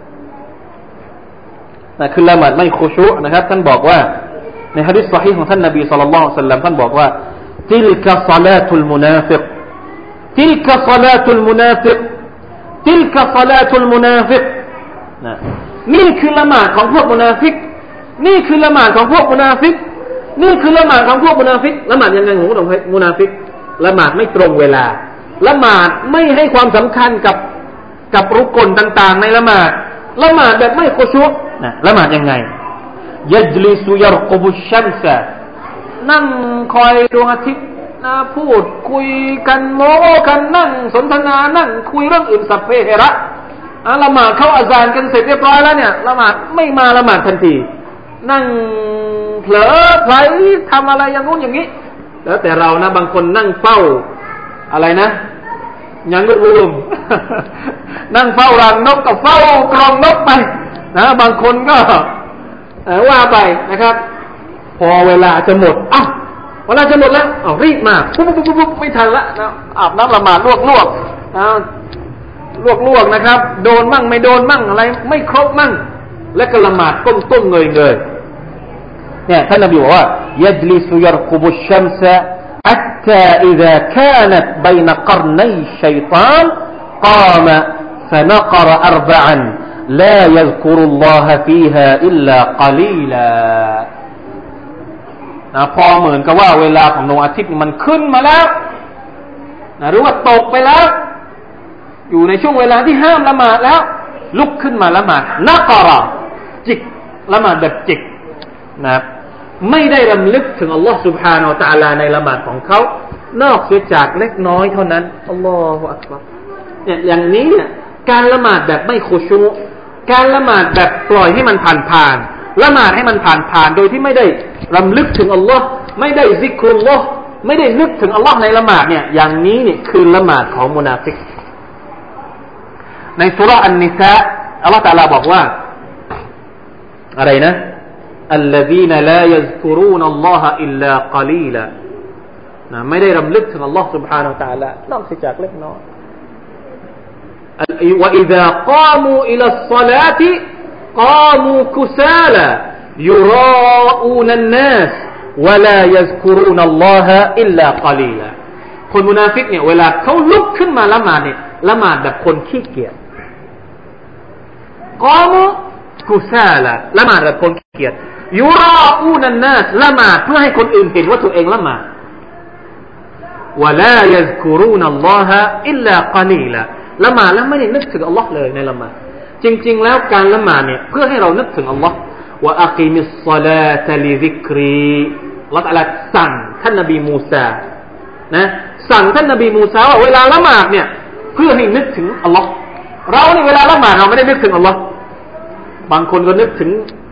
คือละหมาดไม่คุชูนะครับท่านบอกว่าในหะดีษซอฮีห์ของท่านนบีศ็อลลัลลอฮุอะลัยฮิวะซัลลัมท่านบอกว่าติลกะศอลาตุลมุนาฟิกติลกะศอลาตุลมุนาฟิกติลกะศอลาตุลมุนาฟิกนี่คือละหมาดของพวกมุนาฟิกนี่คือละหมาดของพวกมุนาฟิกนี่คือละหมาดของพวกมุนาฟิกละหมาดยังไงของพวกมุนาฟิกละหมาดไม่ตรงเวลาละหมาดไม่ให้ความสำคัญกับรุกนต่างๆในละหมาดละหมาดแบบไม่คุชูละหมาดยังไงยัจลิสุยรกบุชัมซะนั่งคอยดวงอาทิตย์พูดคุยกันโม้กันนั่งสนทนานั่งคุยเรื่องอื่นสัพเพเหระละหมาดเข้าอาซานกันเสร็จเรียบร้อยแล้วเนี่ยละหมาดไม่มาละหมาดทันทีนั่งเผลอไผลทำอะไรอย่างนู้นอย่างนี้แล้วแต่เรานะบางคนนั่งเฝ้าอะไรนะยังก็ลืมนั่งเฝ้ารังนกกับเฝ้ากรงนกไปนะบางคนก็ว่าไปนะครับพอเวลาจะหมดเวลาจะหมดแล้วรีบมาปุ๊บไม่ทันละนะอาบน้ำละหมาดลวกนะครับโดนมั่งไม่โดนมั่งอะไรไม่ครบมั่งและก็ละหมาดก้มเงยเนี่ยท่านนบีบอกว่ายัจลิสุยรกุบุชชัมซะحتى إذا كانت بين قرني الشيطان قام فنقر أربعا لا يذكر الله فيها إلا قليلا พอเหมือนกับว่าเวลาของดวงอาทิตย์มันขึ้นมาแล้วหรือว่าตกไปแล้วอยู่ในช่วงเวลาที่ห้ามละหมาดแล้วลุกขึ้นมาละหมาดนักรอจิกละหมาดแบบจิกนะครับไม่ได้รำลึกถึงอัลลอฮฺ سبحانه และ تعالى ในละหมาดของเขานอกเสียจากเล็กน้อยเท่านั้นอัลลอฮฺอักบัรเนี่ยอย่างนี้เนี่ยการละหมาดแบบไม่คุชูการละหมาดแบบปล่อยให้มันผ่านละหมาดให้มันผ่านโดยที่ไม่ได้รำลึกถึงอัลลอฮ์ไม่ได้ซิกรุลลอฮ์ไม่ได้นึกถึงอัลลอฮ์ในละหมาดเนี่ยอย่างนี้เนี่ยคือละหมาดของมุนาฟิกในซูเราะห์อันนิสาอัลลอฮฺ تعالى บอกว่าอะไรนะالذين لا يذكرون الله إلا قليلا ไม่ได้รำลึกถึงอัลลอฮ์ سبحانه และ تعالى นอกจากเล็กน้อย وإذا قاموا إلى الصلاة قاموا كسالى يراءون الناس ولا يذكرون الله إلا قليلا คนมุนาฟิกเนี่ยเวลาเขาลุกขึ้นมาละหมาดเนี่ยละหมาดแบบคนขี้เกียจقاموا كسالى ละหมาดแบบคนขี้เกียจยูราอูนันนาสละหมาดเพื่อให้คนอื่นเห็นว่าตัวเองละหมาดวะลายัซกุรูนัลลอฮะอิลลากะลีลาละหมาดแล้วไม่ได้นึกถึงอัลลอฮ์เลยในละหมาดจริงๆแล้วการละหมาดเนี่ยเพื่อให้เรานึกถึงอัลลอฮ์วะอะกีมิศศอลาตะลิซิกรีอัลเลาะห์ตะอาลาสั่งท่านนบีมูซานะสั่งท่านนบีมูซาว่าเวลาละหมาดเนี่ยเพื่อให้นึกถึงอัลลอฮ์เราเนี่ยเวลาละหมาดเราไม่ได้นึกถึงอัลลอฮ์บางคนก็นึกถึง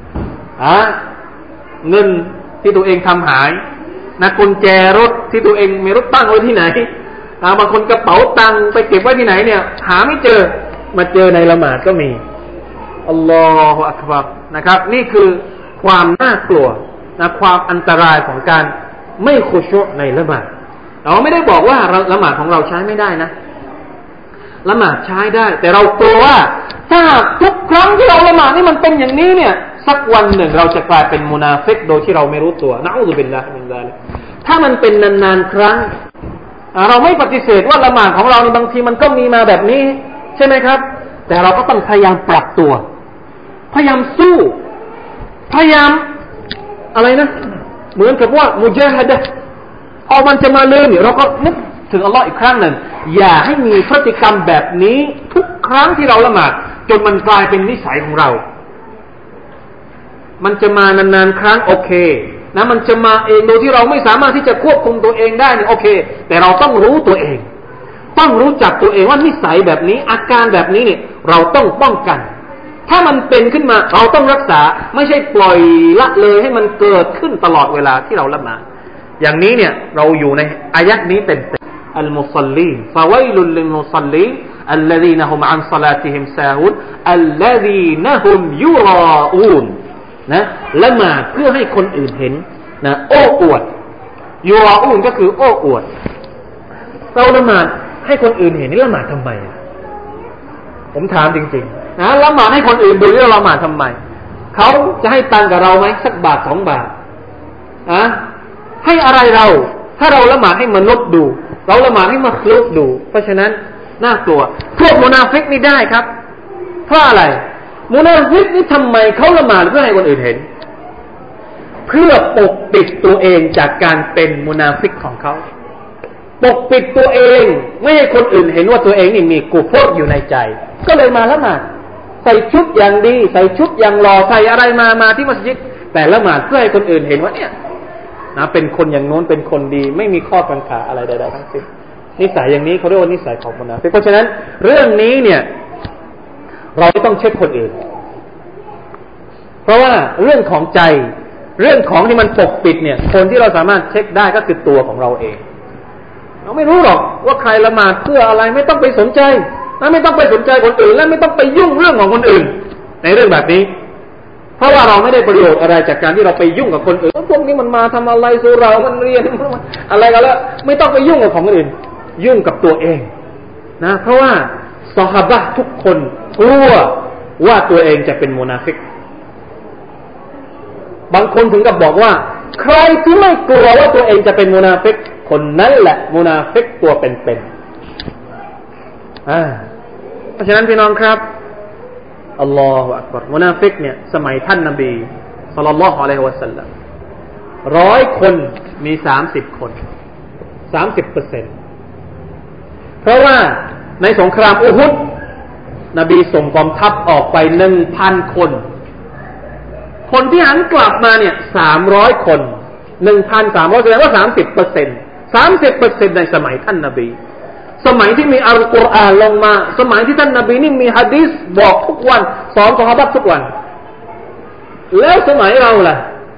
เงินที่ตัวเองทำหายนะกุญแจรถที่ตัวเองมีรถตั้งไว้ที่ไหนบางคนกระเป๋าตังค์ไปเก็บไว้ที่ไหนเนี่ยหาไม่เจอมาเจอในละหมาดก็มีอัลลอฮฺอักบัรนะครับนี่คือความน่ากลัวนะความอันตรายของการไม่คุชูในละหมาดเราไม่ได้บอกว่าละหมาดของเราใช้ไม่ได้นะละหมาดใช้ได้แต่เรากลัวว่าถ้าทุกครั้งที่เราละหมาดนี่มันเป็นอย่างนี้เนี่ยสักวันหนึ่งเราจะกลายเป็นมุนาฟิกโดยที่เราไม่รู้ตัวนะอูซุบิลลาฮิมินซาลิกถ้ามันเป็นนานๆครั้งเราไม่ปฏิเสธว่าละหมาดของเราในบางทีมันก็มีมาแบบนี้ใช่ไหมครับแต่เราก็ต้องพยายามปรับตัวพยายามสู้พยายามอะไรนะเหมือนกับว่ามุญาฮะดะห์พอมันจะมาลืมเนี่ยเราก็นึกถึงอัลลอฮ์อีกครั้งหนึ่งอย่าให้มีพฤติกรรมแบบนี้ทุกครั้งที่เราละหมาดจนมันกลายเป็นนิสัยของเรามันจะมานานๆครั้งโอเคนะมันจะมาเองโดยที่เราไม่สามารถที่จะควบคุมตัวเองได้เนี่ยโอเคแต่เราต้องรู้ตัวเองต้องรู้จักตัวเองว่านิสัยแบบนี้อาการแบบนี้เนี่ยเราต้องป้องกันถ้ามันเป็นขึ้นมาเราต้องรักษาไม่ใช่ปล่อยละเลยให้มันเกิดขึ้นตลอดเวลาที่เราละหมาดอย่างนี้เนี่ยเราอยู่ในอายะห์นี้เต็มๆอัลมุศอลลีนฟะวัยลุลลิลมุศอลลีนอัลลซีนะฮุมอันศอลาติฮิมซาฮุนอัลลซีนะฮุมยุราอูนนะละหมาดเพื่อให้คนอื่นเห็นนะโอ้อวดยูราอูนก็คือโอ้อวดเราละหมาดให้คนอื่นเห็นนี่ละหมาดทำไมผมถามจริงๆนะละหมาดให้คนอื่นดูว่าละหมาดทำไมเขาจะให้ตังค์กับเราไหมสักบาท2 บาทให้อะไรเราถ้าเราละหมาดให้มนุษย์ดูเราละหมาดให้มักลุกดูเพราะฉะนั้นน่ากลัวพวกมุนาฟิกนี่ได้ครับเพราะอะไรมุนาฟิกนี่ทำไมเขาละหมาดเพื่อให้คนอื่นเห็นเพื่อปกปิดตัวเองจากการเป็นมุนาฟิกของเขาปกปิดตัวเองไม่ให้คนอื่นเห็นว่าตัวเองนี่มีกุฟรอยู่ในใจก็เลยมาละหมาดใส่ชุดอย่างดีใส่ชุดอย่างหล่อใส่อะไรมาที่มัสยิดแต่ละหมาดเพื่อให้คนอื่นเห็นว่าเนี่ยนะเป็นคนอย่างโน้นเป็นคนดีไม่มีข้อกังขาอะไรใดๆทั้งสิ้นนิสัยอย่างนี้เขาเรียกว่านิสัยของมุนาฟิกเพราะฉะนั้นเรื่องนี้เนี่ยเราไม่ต้องเช็คคนอื่นเพราะว่าเรื่องของใจเรื่องของที่มันปกปิดเนี่ยคนที่เราสามารถเช็คได้ก็คือตัวของเราเองเราไม่รู้หรอกว่าใครละหมาดเพื่ออะไรไม่ต้องไปสนใจและไม่ต้องไปสนใจคนอื่นและไม่ต้องไปยุ่งเรื่องของคนอื่นในเรื่องแบบนี้เพราะว่าเราไม่ได้ประโยชน์อะไรจากการที่เราไปยุ่งกับคนอื่นพวกนี้มันมาทำอะไรสู่เรามันเรียนอะไรกันแล้วไม่ต้องไปยุ่งกับของคนอื่นยุ่งกับตัวเองนะเพราะว่าซอฮาบะห์ทุกคนกลัวว่าตัวเองจะเป็นมุนาฟิกบางคนถึงกับบอกว่าใครที่ไม่กลัวว่าตัวเองจะเป็นมุนาฟิกคนนั้นแหละมุนาฟิกตัวเป็นเพราะฉะนั้นพี่น้องครับอัลลอฮฺอักบัรมุนาฟิกเนี่ยสมัยท่านนบีศ็อลลัลลอฮุอะลัยฮิวะซัลลัม100 คนมี30 คน 30%เพราะว่าในสงครามอูฮุดนบีส่งกองทัพออกไป 1,000 คนคนที่หันกลับมาเนี่ย300 คน 1,300 แสดงว่า 30% ในสมัยท่านนบีสมัยที่มีอัลกุรอานลงมาสมัยที่ท่านนบีนี่มีหะดีษบอกทุกวันสอนซอฮาบะห์ทุกวันแล้วสมัยเราล่ะ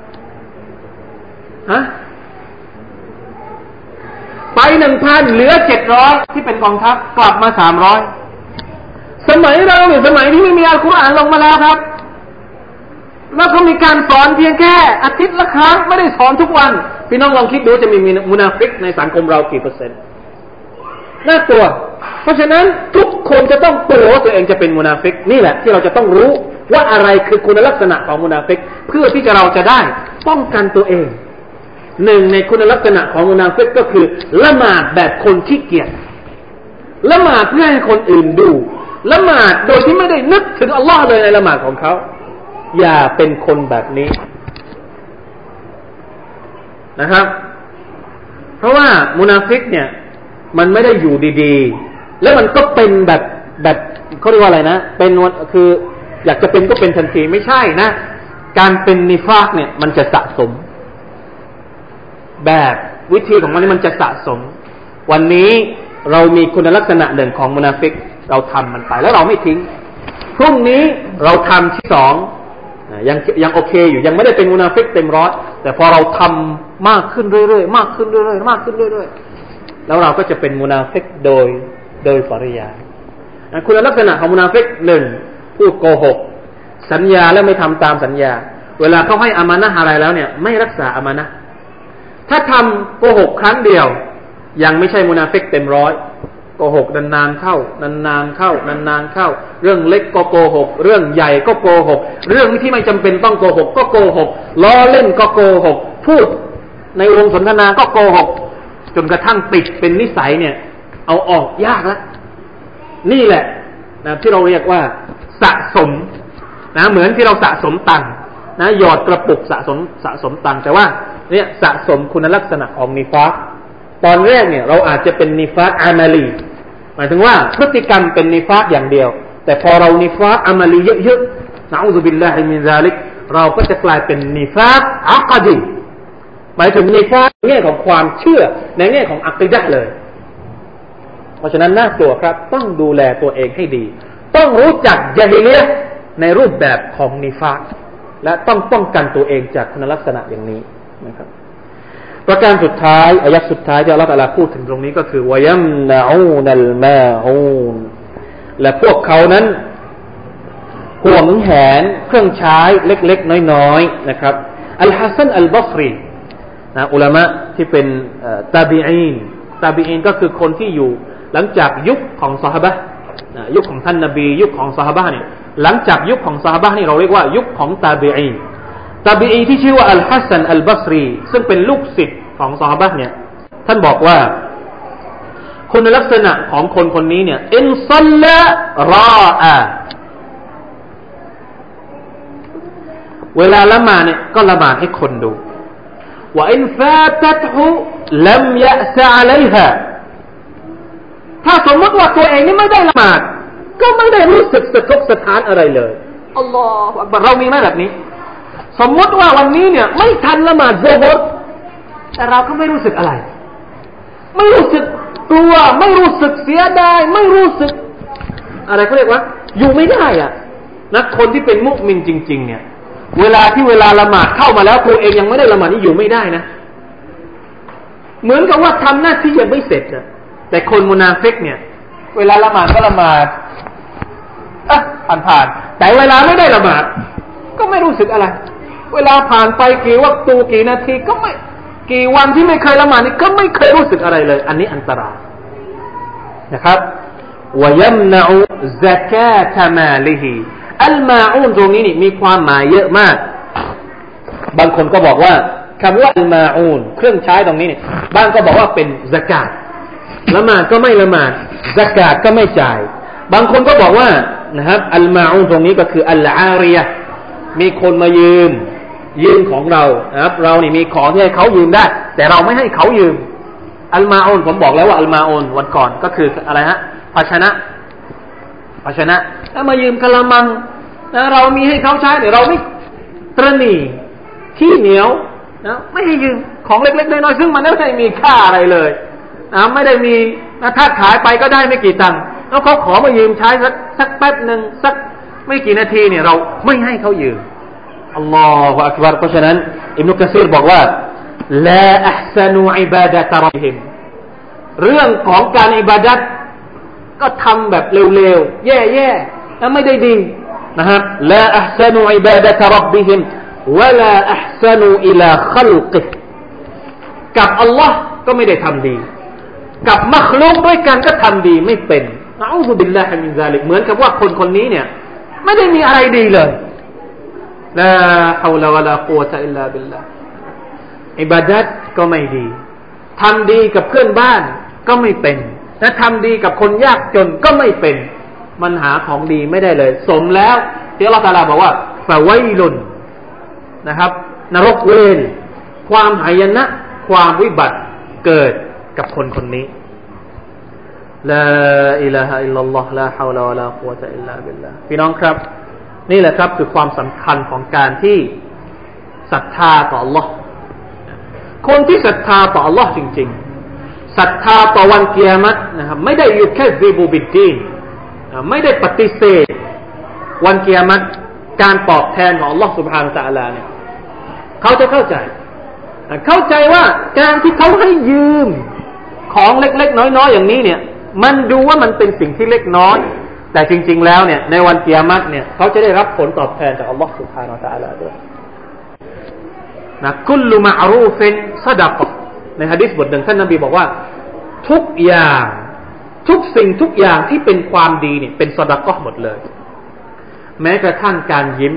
ไป 1,000 เหลือ700ที่เป็นกองทัพกลับมา300สมัยเราเนี่ยสมัยที่ไม่มีอัลกุรอานลงมาแล้วครับแล้วก็มีการสอนเพียงแค่อาทิตย์ละครั้งไม่ได้สอนทุกวันพี่น้องลองคิดดูจะมีมุนาฟิกในสังคมเรากี่เปอร์เซ็นต์น่ากลัวเพราะฉะนั้นทุกคนจะต้องกลัวว่าตัวเองจะเป็นมุนาฟิกนี่แหละที่เราจะต้องรู้ว่าอะไรคือคุณลักษณะของมุนาฟิกเพื่อที่เราจะได้ป้องกันตัวเองหนึ่งในคุณลักษณะของมุนาฟิกก็คือละหมาดแบบคนขี้เกียจละหมาดเพื่อให้คนอื่นดูละหมาดโดยที่ไม่ได้นึกถึงอัลลอฮ์เลยในละหมาดของเขาอย่าเป็นคนแบบนี้นะครับเพราะว่ามุนาฟิกเนี่ยมันไม่ได้อยู่ดีๆแล้วมันก็เป็นแบบเขาเรียกว่าอะไรนะเป็นคืออยากจะเป็นก็เป็นทันทีไม่ใช่นะการเป็นนิฟากเนี่ยมันจะสะสมแบบวิธีของมันจะสะสมวันนี้เรามีคุณลักษณะหนึ่งของมุนาฟิกเราทำมันไปแล้วเราไม่ทิ้งพรุ่งนี้เราทำที่2ยังโอเคอยู่ยังไม่ได้เป็นมุนาฟิกเต็มร้อยแต่พอเราทำมากขึ้นเรื่อยๆมากขึ้นเรื่อยๆมากขึ้นเรื่อยๆแล้วเราก็จะเป็นมุนาฟิกโดยปริยายคุณลักษณะของมุนาฟิก1พูดโกหกสัญญาแล้วไม่ทำตามสัญญาเวลาเขาให้อามานะห์อะไรแล้วเนี่ยไม่รักษาอามานะห์ถ้าทำโกหกครั้งเดียวยังไม่ใช่มุนาฟิกเต็มร้อยโกหกนานๆเข้านานๆเข้านานๆเข้าเรื่องเล็กก็โกหกเรื่องใหญ่ก็โกหกเรื่องที่ไม่จำเป็นต้องโกหกก็โกหกล้อเล่นก็โกหกพูดในวงสนทนาก็โกหกจนกระทั่งติดเป็นนิสัยเนี่ยเอาออกยากแล้วนี่แหละนะที่เราเรียกว่าสะสมนะเหมือนที่เราสะสมตังค์นะหยอดกระปุกสะสมตังค์แต่ว่าเนี่ยสะสมคุณลักษณะของนิฟากตอนแรกเนี่ยเราอาจจะเป็นนิฟากอามัลีหมายถึงว่าพฤติกรรมเป็นนิฟากอย่างเดียวแต่พอเรานิฟากอามัลีเยอะๆนะอูซุบิลลาฮิมินซาลิกเราก็จะกลายเป็นนิฟากอักดีหมายถึงนิฟากในแง่ของความเชื่อในแง่ของอักีดะห์เลยเพราะฉะนั้นน่ากลัวครับต้องดูแลตัวเองให้ดีต้องรู้จักญะฮิลิยะห์ในรูปแบบของนิฟากและต้องป้องกันตัวเองจากคุณลักษณะอย่างนี้นะครับประการสุดท้ายอายะห์สุดท้ายที่อัลเลาะห์ตะอาลาพูดถึงตรงนี้ก็คือวะยัมนะอูนัลมาอูนและพวกเขานั้นหวงแหนเครื่องใช้เล็กๆน้อยๆนะครับอัลฮัสซันอัลบัศรีนะอุลามะที่เป็นตาบีอีนก็คือคนที่อยู่หลังจากยุคของซอฮาบะห์ยุคของท่านนบียุคของซอฮาบะห์เนี่ยหลังจากยุคของซอฮาบะห์นี่เราเรียกว่ายุคของตาบีอีที่ชื่อว่าอัลฮัสซันอัลบัศรีซึ่งเป็นลูกศิษย์ของซอฮาบะห์เนี่ยท่านบอกว่าคุณลักษณะของคนคนนี้เนี่ยอินซัลละรออาเวลาละหมาดเนี่ยก็ละหมาดให้คนดูว่าอินฟาตัตฮุลัมยะซะอะลัยฮาถ้าสมมติว่าตัวเองนี่ไม่ได้ละหมาดก็ไม่ได้รู้สึกสะทกสะท้านอะไรเลยอัลลอฮฺอักบัรเรามีไหมแบบนี้สมมติว่าวันนี้เนี่ยไม่ทันละหมาดซุฮรแต่เราก็ไม่รู้สึกอะไรไม่รู้สึกกลัวไม่รู้สึกเสียดายไม่รู้สึกอะไรเขาเรียกว่าอยู่ไม่ได้อ่ะนะคนที่เป็นมุมินจริงๆเนี่ยเวลาละหมาดเข้ามาแล้วตัวเองยังไม่ได้ละหมาดนี่อยู่ไม่ได้นะเหมือนกับว่าทำหน้าที่ยังไม่เสร็จอ่ะแต่คนมุนาฟิกเนี่ยเวลาละหมาดก็ละหมาดผ่านแต่เวลาไม่ได้ละหมาดก็ไม่รู้สึกอะไรเวลาผ่านไปกี่วักตูกี่นาทีก็ไม่กี่วันที่ไม่เคยละหมาดนี่ก็ไม่เคยรู้สึกอะไรเลยอันนี้อันตรายนะครับวะยัมนะอูซะกาตมาลิฮิอัลมาอูนตรงนี้นี่มีความหมายเยอะมากบางคนก็บอกว่าคำว่าอัลมาอูนเครื่องใช้ตรงนี้นี่บางก็บอกว่าเป็นซะกาตละหมาดก็ไม่ละหมาดซะกาตก็ไม่จ่ายบางคนก็บอกว่านะครับอัลมาอูนตรงนี้ก็คืออัลอาริยะห์มีคนมายืมของเรานะครับเรานี่มีของที่ให้เขายืมได้แต่เราไม่ให้เขายืมอัลมาอูนผมบอกแล้วว่าอัลมาอูนวันก่อนก็คืออะไรฮะภาชนะถ้ามายืมกะละมังนะเรามีให้เขาใช้แต่เราไม่ตระหนี่ขี้เหนียวนะไม่ให้ยืมของเล็กๆน้อยๆซึ่งมันไม่ได้มีค่าอะไรเลยนะไม่ได้มีนะถ้าขายไปก็ได้ไม่กี่ตังค์แล้วเขาขอมายืมใช้สักแป๊บนึงสักไม่กี่นาทีเนี่ยเราไม่ให้เขายืมอัลลอฮฺอักบัรเพราะฉะนั้นอิบนุกะซีรบอกว่าลาอัห์ซานูอิบาดะตะร็อบบิฮิมเรื่องของการอิบาดัตก็ทำแบบเร็วๆแย่ๆแล้วไม่ได้ดีนะครับลาอัห์ซานูอิบาดะตะร็อบบิฮิมวะลาอัห์ซานูอิลาคัลกิฮ์กับอัลลอฮ์ก็ไม่ได้ทำดีกับมัคลุกด้วยกันก็ทำดีไม่เป็นนะอูซุบิลลาฮิมินซาลิกเหมือนกับว่าคนนี้เนี่ยไม่ได้มีอะไรดีเลยลาฮาวลาวะลากุวะตะอิลลาบิลลาห์อิบาดัตก็ไม่ดีทำดีกับเพื่อนบ้านก็ไม่เป็นและทำดีกับคนยากจนก็ไม่เป็นมันหาของดีไม่ได้เลยสมแล้วที่อัลเลาะห์ตะอาลาบอกว่าฟะวัยลุนนะครับนรกเวรความหายนะความวิบัติเกิดกับคนคนนี้ลาอิลาฮะอิลลัลลอฮ์ลาฮาวลาวะลากุวะตะอิลลาบิลลาห์พี่น้องครับนี่แหละครับคือความสำคัญของการที่ศรัทธาต่อ Allah คนที่ศรัทธาต่อ Allah จริงๆศรัทธาต่อวันกิยามะฮ์นะครับไม่ได้อยู่แค่ซิบูบิดดีนไม่ได้ปฏิเสธวันกิยามะฮ์การตอบแทนของ Allah Subhanahu Wa Taala เนี่ยเขาจะเข้าใจว่าการที่เขาให้ยืมของเล็กๆน้อยๆอย่างนี้เนี่ยมันดูว่ามันเป็นสิ่งที่เล็กน้อยแต่จริงๆแล้วเนี่ยในวันกิยามะฮ์เนี่ยเขาจะได้รับผลตอบแทนจากอัลลอฮฺ سبحانه และ تعالى ด้วยนะกุลลุมะอรูฟินซะดะกะห์ในหะดีษบทหนึ่งท่านนบีบอกว่าทุกอย่างทุกสิ่งทุกอย่างที่เป็นความดีเนี่ยเป็นซะดะกะห์หมดเลยแม้กระทั่งการยิ้ม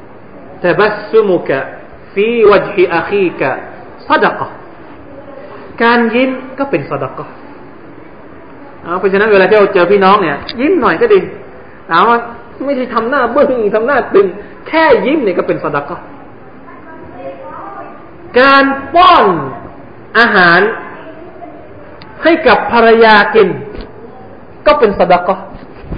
ตะบัสซุมุกะฟีวัจฮิอะคีกะซะดะกะห์การยิ้มก็เป็นซอดาเกาะห์เพราะฉะนั้นเวลาที่เราเจอพี่น้องเนี่ยยิ้มหน่อยก็ดีถามว่าไม่ใช่ทำหน้าบึ้งทำหน้าตึงแค่ยิ้มเนี่ยก็เป็นซอดาเกาะห์การป้อนอาหารให้กับภรรยากินก็เป็นซอดาเกาะห์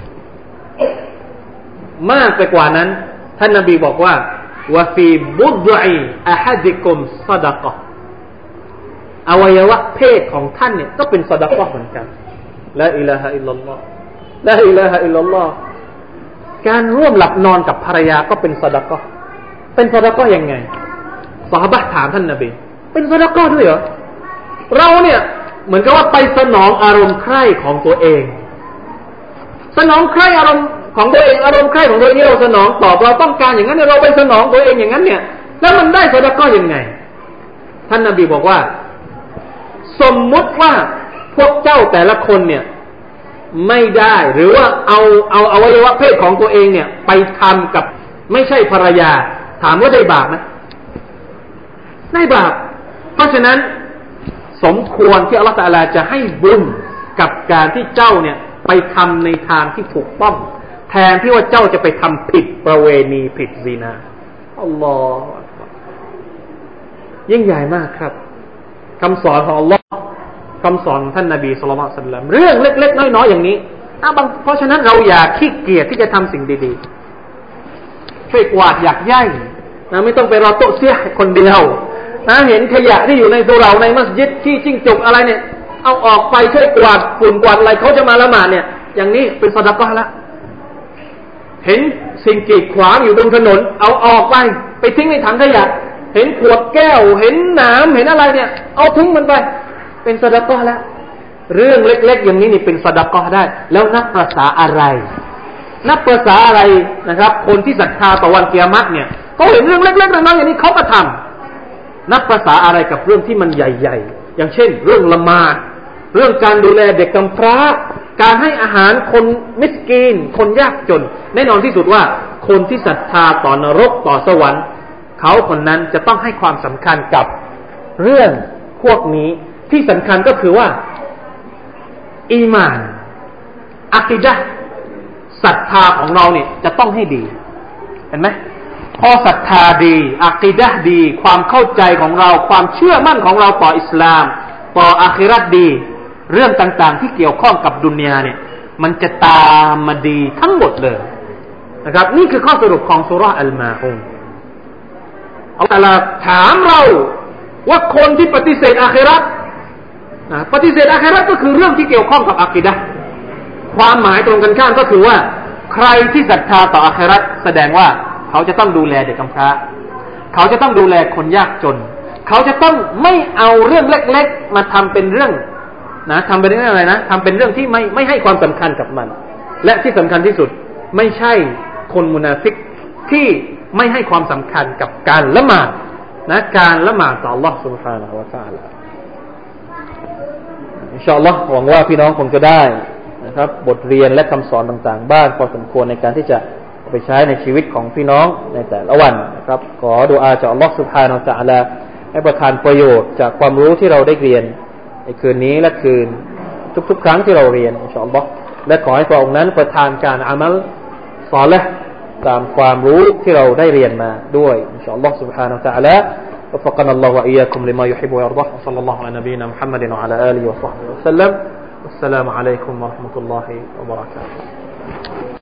มากไปกว่านั้นท่านนบีบอกว่าวะฟีบุฎอิอะฮัดิกุมซอดาเกาะห์อวัยวะเพศของท่านเนี่ยก็เป็นซอดาเกาะห์เหมือนกันลาอิลาฮะอิลลัลลอฮ์ลาอิลาฮะอิลลัลลอฮ์การร่วมหลับนอนกับภรรยาก็เป็นซอดาเกาะห์เป็นซอดาเกาะห์ยังไงซอฮาบะห์ถามท่านนบีเป็นซอดาเกาะห์ด้วยเหรอเราเนี่ยเหมือนกับว่าไปสนองอารมณ์ใคร่ของตัวเองสนองใคร่อารมณ์ของตัวเองอารมณ์ใคร่ของตัวเองนี่เราสนองตอบเราต้องการอย่างนั้นเราไปสนองตัวเองอย่างนั้นเนี่ยแล้วมันได้ซอดาเกาะห์ยังไงท่านนบีบอกว่าสมมุติว่าพวกเจ้าแต่ละคนเนี่ยไม่ได้หรือว่าเอาอวัยวะเพศของตัวเองเนี่ยไปทำกับไม่ใช่ภรรยาถามว่าได้บาปไหมได้บาปเพราะฉะนั้นสมควรที่อัลเลาะห์ตะอาลาจะให้บุญกับการที่เจ้าเนี่ยไปทำในทางที่ถูกต้องแทนที่ว่าเจ้าจะไปทำผิดประเวณีผิดซินาอัลลอฮฺยิ่งใหญ่มากครับคำสอนของอัลลอฮฺคำสอนของท่านนบีศ็อลลัลลอฮุอะลัยฮิวะซัลลัมเรื่องเล็กๆน้อยๆอย่างนี้เพราะฉะนั้นเราอย่าขี้เกียจที่จะทำสิ่งดีๆช่วยกวาดหยักไย่นะไม่ต้องไปรอโต๊ะเสียคนเดียวนะเห็นขยะที่อยู่ในตัวเราในมัสยิดที่จิ้งจกอะไรเนี่ยเอาออกไปช่วยกวาดฝุ่นกวาดอะไรเขาจะมาละหมาดเนี่ยอย่างนี้เป็นซอดาเกาะห์ละเห็นสิ่งกีดขวางอยู่ตรงถนนเอาออกไปทิ้งในถังขยะเห็นขวดแก้วเห็นน้ำเห็นอะไรเนี่ยเอาทิ้งมันไปเป็นซอดาเกาะห์แล้วเรื่องเล็กๆอย่างนี้นี่เป็นซอดาเกาะห์ได้แล้วนับภาษาอะไรนะครับคนที่ศรัทธาต่อวันกิยามะฮ์เนี่ยเขาเห็นเรื่องเล็กๆน้อยๆอย่างนี้เขาก็ทำนับภาษาอะไรกับเรื่องที่มันใหญ่ๆอย่างเช่นเรื่องละหมาดเรื่องการดูแลเด็กกำพร้าการให้อาหารคนมิสกีนคนยากจนแน่นอนที่สุดว่าคนที่ศรัทธาต่อนรกต่อสวรรค์เขาคนนั้นจะต้องให้ความสำคัญกับเรื่องพวกนี้ที่สำคัญก็คือว่าอีหม่านอะกีดะห์ศรัทธาของเราเนี่ยจะต้องให้ดีเห็นไหมพอศรัทธาดีอะกีดะห์ดีความเข้าใจของเราความเชื่อมั่นของเราต่ออิสลามต่ออาคิเราะห์ดีเรื่องต่างๆที่เกี่ยวข้องกับดุนยาเนี่ยมันจะตามมาดีทั้งหมดเลยนะครับนี่คือข้อสรุปของซูเราะห์อัลมาอูนอัลลอฮฺถามเราว่าคนที่ปฏิเสธอาคิเราะห์ปฏิเสธอาคิเราะห์ก็คือเรื่องที่เกี่ยวข้องกับอะกีดะห์ความหมายตรงกันข้ามก็คือว่าใครที่ศรัทธาต่ออาคิเราะห์แสดงว่าเขาจะต้องดูแลเด็กกำพร้าเขาจะต้องดูแลคนยากจนเขาจะต้องไม่เอาเรื่องเล็กๆมาทำเป็นเรื่องทำเป็นเรื่องอะไรนะทำเป็นเรื่องที่ไม่ให้ความสำคัญกับมันและที่สำคัญที่สุดไม่ใช่คนมุนาฟิกที่ไม่ให้ความสำคัญกับการละหมาดการละหมาดต่อ Allah Subhanahu wa Taala อินชาอัลลอฮ์หวังว่าพี่น้องคงจะได้นะครับบทเรียนและคำสอนต่างๆบ้างพอสมควรในการที่จะไปใช้ในชีวิตของพี่น้องในแต่ละวันนะครับขอดุอาจาก Allah Subhanahu wa Taala ให้ประทานประโยชน์จากความรู้ที่เราได้เรียนในคืนนี้และคืนทุกๆครั้งที่เราเรียนอินชาอัลลอฮ์และขอให้พระองค์นั้นประทานการอามัลศอลิห์ตามความรู้ที่เราได้เรียนมาด้วยอินชาอัลลอฮ์ سبحانه และ تعالى وفقنا الله وإياكم لما يحب ويرضى وصلى الله على نبينا محمد وعلى آله وصحبه وسلم والسلام عليكم ورحمة الله وبركاته